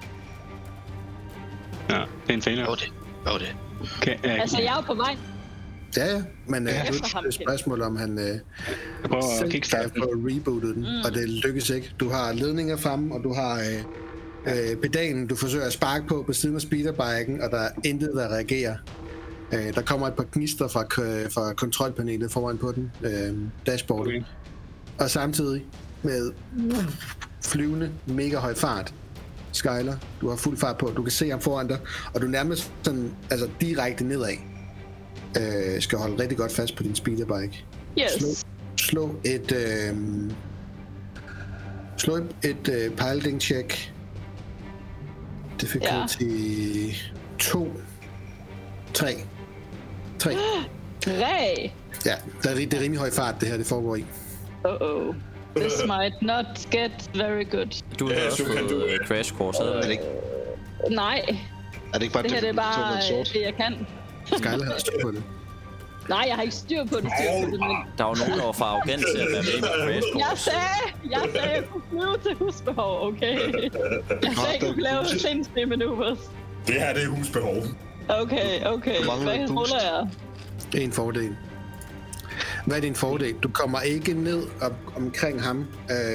Ja, det er en failure. Det. Okay, altså, jeg er jo på vej. Ja, men det er et spørgsmål, om han selv kan få rebootet den, og det lykkes ikke. Du har ledninger fremme, og du har pedalen, du forsøger at sparke på siden af speederbiken, og der er intet, der reagerer. Der kommer et par gnister fra kontrolpanelet foran på den, dashboardet. Okay. Og samtidig med flyvende, mega høj fart, Skyler, du har fuld fart på, du kan se ham foran dig, og du nærmest sådan, altså direkte nedad, skal holde rigtig godt fast på din speederbike. Yes. slå et piloting check. Difficulty 2. 3. 3. 3? Ja, det er rimelig høj fart, det her, det foregår i. This might not get very good. Du har også fået crash course, er det ikke? Nej. Er det ikke bare det her det er bare det, jeg kan. Skyler har styr på det. Nej, jeg har ikke styr på det. Men... Der var nogen, der var for arrogant til at være med i crash course. Jeg sagde, at jeg kunne flyve til husbehov, okay? Jeg sagde, at jeg kunne lave sindssyge maneuvers. Det her, det er husbehov. Okay. Hvad ruller jeg? Det er en fordel. Hvad er din fordel? Du kommer ikke ned omkring ham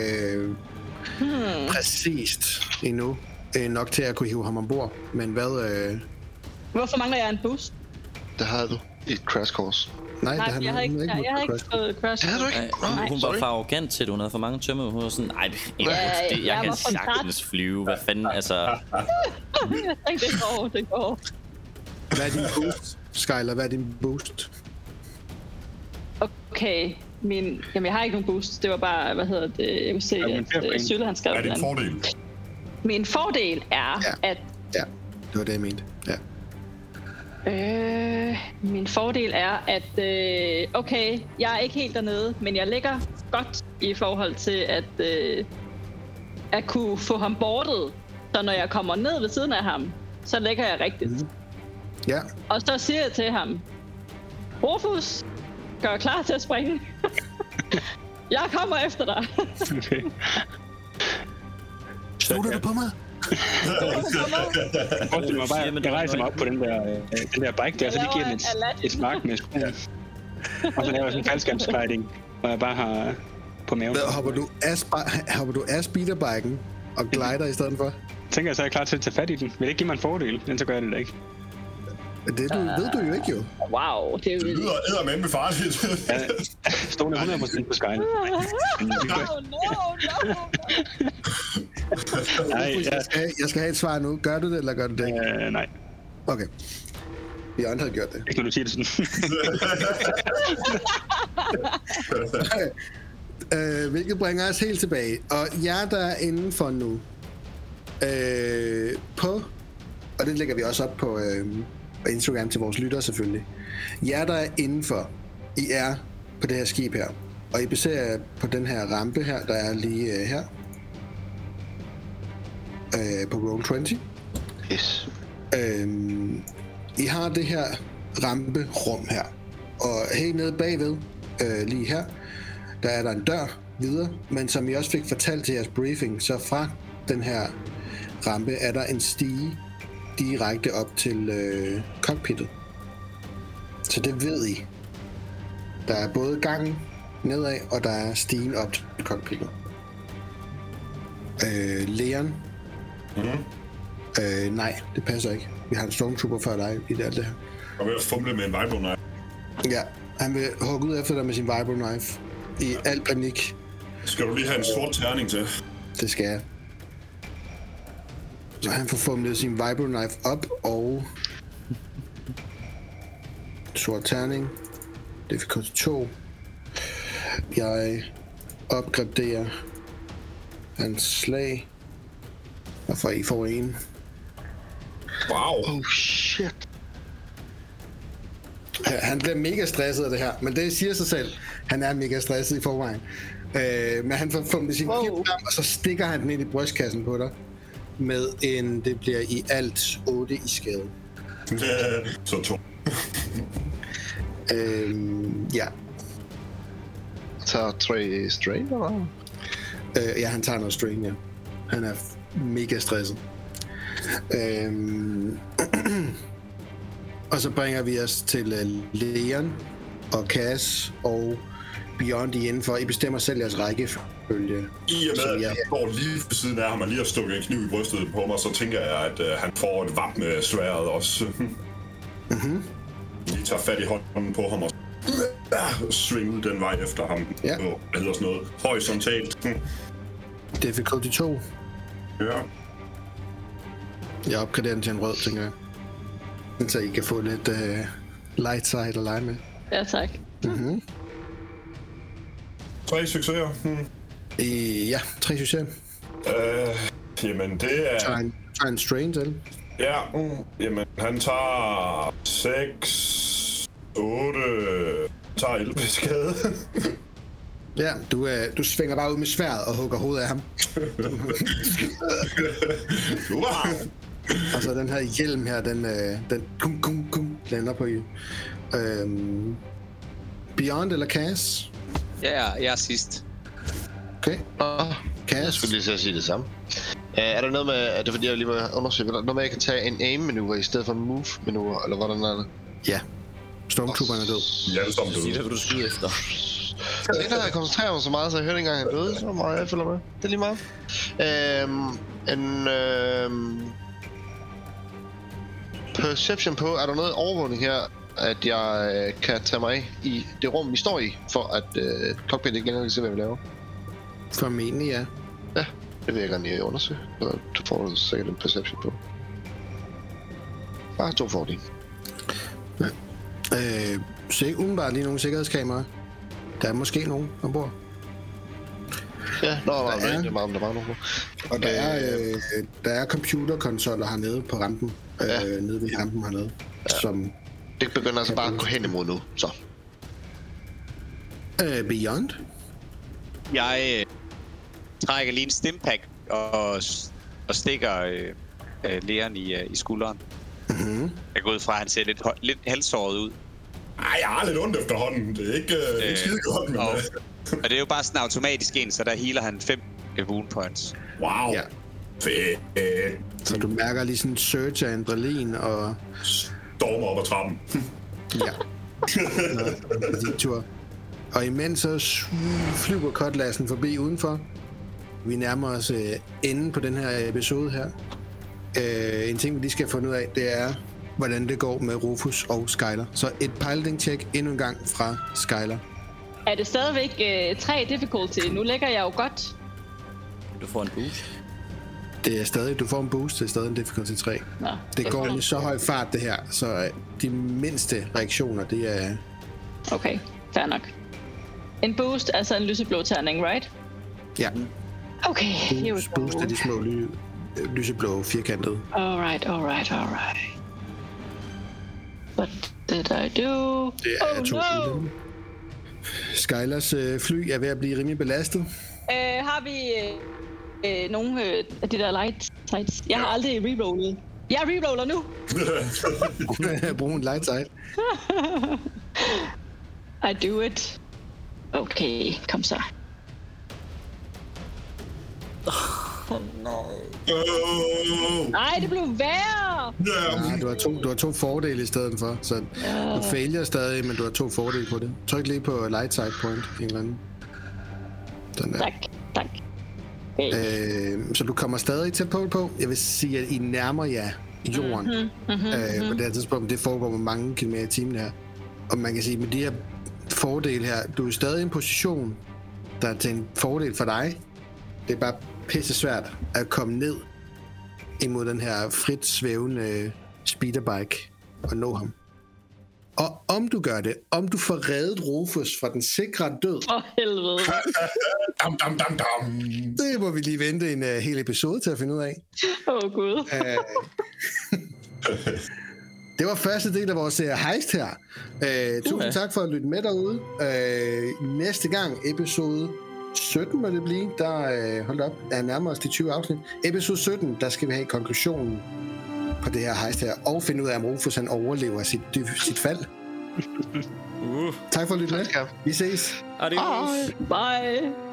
præcist endnu. Nok til at kunne hive ham ombord. Men hvad... Hvorfor mangler jeg en boost? Det havde du i et crash course. Nej, jeg havde ikke fået crash course. Det havde du ikke? Hun var for arrogant til, at hun havde for mange tømme. Hun var sådan, nej, jeg kan sagtens flyve. Hvad fanden, altså... Jeg tænkte, det går. Hvad er din boost, Skyler? Hvad er din boost? Okay, jamen jeg har ikke nogen boost. Det var bare, jeg kunne se, at Sylle han skrev. Hvad er din fordel? Min fordel er, at... Ja, det var det, jeg mente. Ja. Min fordel er, at okay, jeg er ikke helt dernede, men jeg ligger godt i forhold til at kunne få ham bordet. Så når jeg kommer ned ved siden af ham, så ligger jeg rigtigt. Ja. Og så siger jeg til ham, Rufus, gør klar til at springe. Jeg kommer efter dig. Okay. Stoler du på mig? Jeg rejser mig op på den der bike der, så lige giver den et spark med skoen. Og så laver jeg sådan en faldskærmsgliding, hvor jeg bare har på maven. Hopper du af speederbiken og glider i stedet for? Tænker jeg så er klar til at tage fat i den. Vil det ikke give mig en fordel? Men så gør jeg det da ikke. Det ved du jo ikke, jo. Wow, det lyder eddermame farligt. Stående 100% på Skyler. Nej, jeg skal have et svar nu. Gør du det, eller gør du det ikke? Nej. Okay. Bjørn havde gjort det. Ikke når du siger det sådan. Hvilket bringer os helt tilbage. Og jer, der er indenfor nu, og det lægger vi også op på Instagram til vores lyttere selvfølgelig. Jer, der er indenfor, I er på det her skib her, og I baserer på den her rampe her, der er lige her, på Roll20. Yes. I har det her ramperum her, og helt nede bagved, lige her, der er der en dør videre, men som I også fik fortalt til jeres briefing, så fra den her rampe er der en stige direkte op til cockpittet. Så det ved I. Der er både gangen nedad, og der er stigen op til cockpittet. Leon? Nej, det passer ikke. Vi har en stormtrooper før dig i alt det her. Og ved at fumle med en vibro knife. Ja, han vil hugge ud efter dig med sin vibro knife. I al panik. Skal du lige have en sort terning til? Det skal jeg. Så han får fumlet sin vibro knife op og... Sort terning. Difficulty 2. Jeg opgraderer hans slag. Og for I får en. Wow. Oh shit. Han bliver mega stresset af det her, men det siger sig selv. Han er mega stresset i forvejen. Men han får fumlet sin kniv frem, og så stikker han den ind i brystkassen på dig. Med en, det bliver i alt 8 i skade. Så 2. Ja. Tager 3 strain, eller? Ja, han tager noget strain, ja. Han er mega stresset. Og så bringer vi os til Leon og Cass og Beyond indenfor. I bestemmer selv jeres rækkefølge. I og med, at jeg står lige ved siden af ham og lige har stukket en kniv i brystet på mig, så tænker jeg, at han får et vap med sværet også. De tager fat i hånden på ham og svinger ud den vej efter ham. Ja. Hvad hedder sådan noget? Horisontalt. Difficulty 2. Ja. Jeg opgraderer den til en rød, tænker jeg. Så I kan få lidt light side at lege med. Ja, tak. 3 succeser. Ja, 3 succeser. Jamen, det er... Try en strain til. Ja, jamen, han tager 6, 8, tager 11 skade. Ja, du svinger bare ud med sværd og hugger hovedet af ham. Wow. Altså, den her hjelm her, den lander på I. Beyond eller Cass? Ja, jeg er sidst. Okay. Cass? Jeg skulle lige til at sige det samme. Er der noget med, er det fordi jeg lige vil undersøge, noget med at jeg kan tage en aim-manøvre i stedet for en move-manøvre, eller hvordan er det? Ja. Stormtrooperen er død. Ja, det er som Sig det, hvad du skyder efter. Jeg ikke har koncentreret mig så meget, så jeg hørte ikke engang, han døde. Så meget jeg følger med. Det er lige meget. Perception på, er der noget overvågning her, at jeg kan tage mig af i det rum, vi står i, for at cockpit ikke længere kan se, hvad vi laver? Formentlig, ja. Ja, det vil jeg gerne lige undersøge. Så du får sikkert en perception på. Bare 2 fordele. Ja. Så ikke umiddelbart lige nogle sikkerhedskameraer. Der er måske nogen ombord. Ja, det er meget, om der var nogen. Og der er computerkonsoller hernede på rampen. Nede ved rampen hernede. Ja. Som det begynder altså bare at gå hen imod nu, så. Beyond? Jeg trækker lige en stimpack og stikker læren i skulderen. Mm-hmm. Jeg går ud fra, at han ser lidt halvsåret ud. Ej, jeg har lidt ondt efterhånden. Det er ikke skide godt, men... Og det er jo bare sådan automatisk en, så der healer han 5 wound points. Wow. Ja. Fedt. Så du mærker lige sådan en surge af adrenalin og... Stormer op ad trappen. Ja. Tur. Og imens så flyver Cutlassen forbi udenfor. Vi nærmer os enden på den her episode her. En ting, vi lige skal have fundet ud af, det er, hvordan det går med Rufus og Skyler. Så et piloting check endnu en gang fra Skyler. Er det stadigvæk 3 difficulty? Nu lægger jeg jo godt. Du får en boost. Det er stadig, du får en boost, det er stadig en difficulty 3. Nå, det går i så høj fart, det her, så de mindste reaktioner, det er... Okay, fair nok. En boost, altså en lyseblå terning, right? Ja. Okay, here we go. Boost er de små lyseblå firkantede. Alright. What did I do? Det er no! Skylers fly er ved at blive rimelig belastet. Har vi nogle af de der light sites? Jeg har aldrig rerollet. Jeg reroller nu! Brug en light side. I do it. Okay, kom så. Nej, det blev værre! Nej, du har to fordele i stedet for, så du failure stadig, men du har 2 fordele på det. Tryk lige på light side point, en eller anden. Den der. Tak. Okay. Så du kommer stadig tæt på. Jeg vil sige, at I nærmer jer jorden. På det her tidspunkt, det foregår med mange kilometer i timen her. Og man kan sige, med de her fordele her, du er stadig i en position, der er til en fordel for dig. Det er bare pisse svært at komme ned imod den her frit svævende speederbike og nå ham. Og om du gør det, om du får reddet Rufus fra den sikre død... helvede. Dam. Det må vi lige vente en hel episode til at finde ud af. Gud. Det var første del af vores heist her. Tusind tak for at lytte med derude. Næste gang, episode 17 må det blive, der hold op, er nærmere os de 20 afsnit. Episode 17, der skal vi have konklusionen på det her heist her, og finde ud af, om Rufus han overlever sit fald. Tak for at lytte med. Vi ses. Adios. Bye.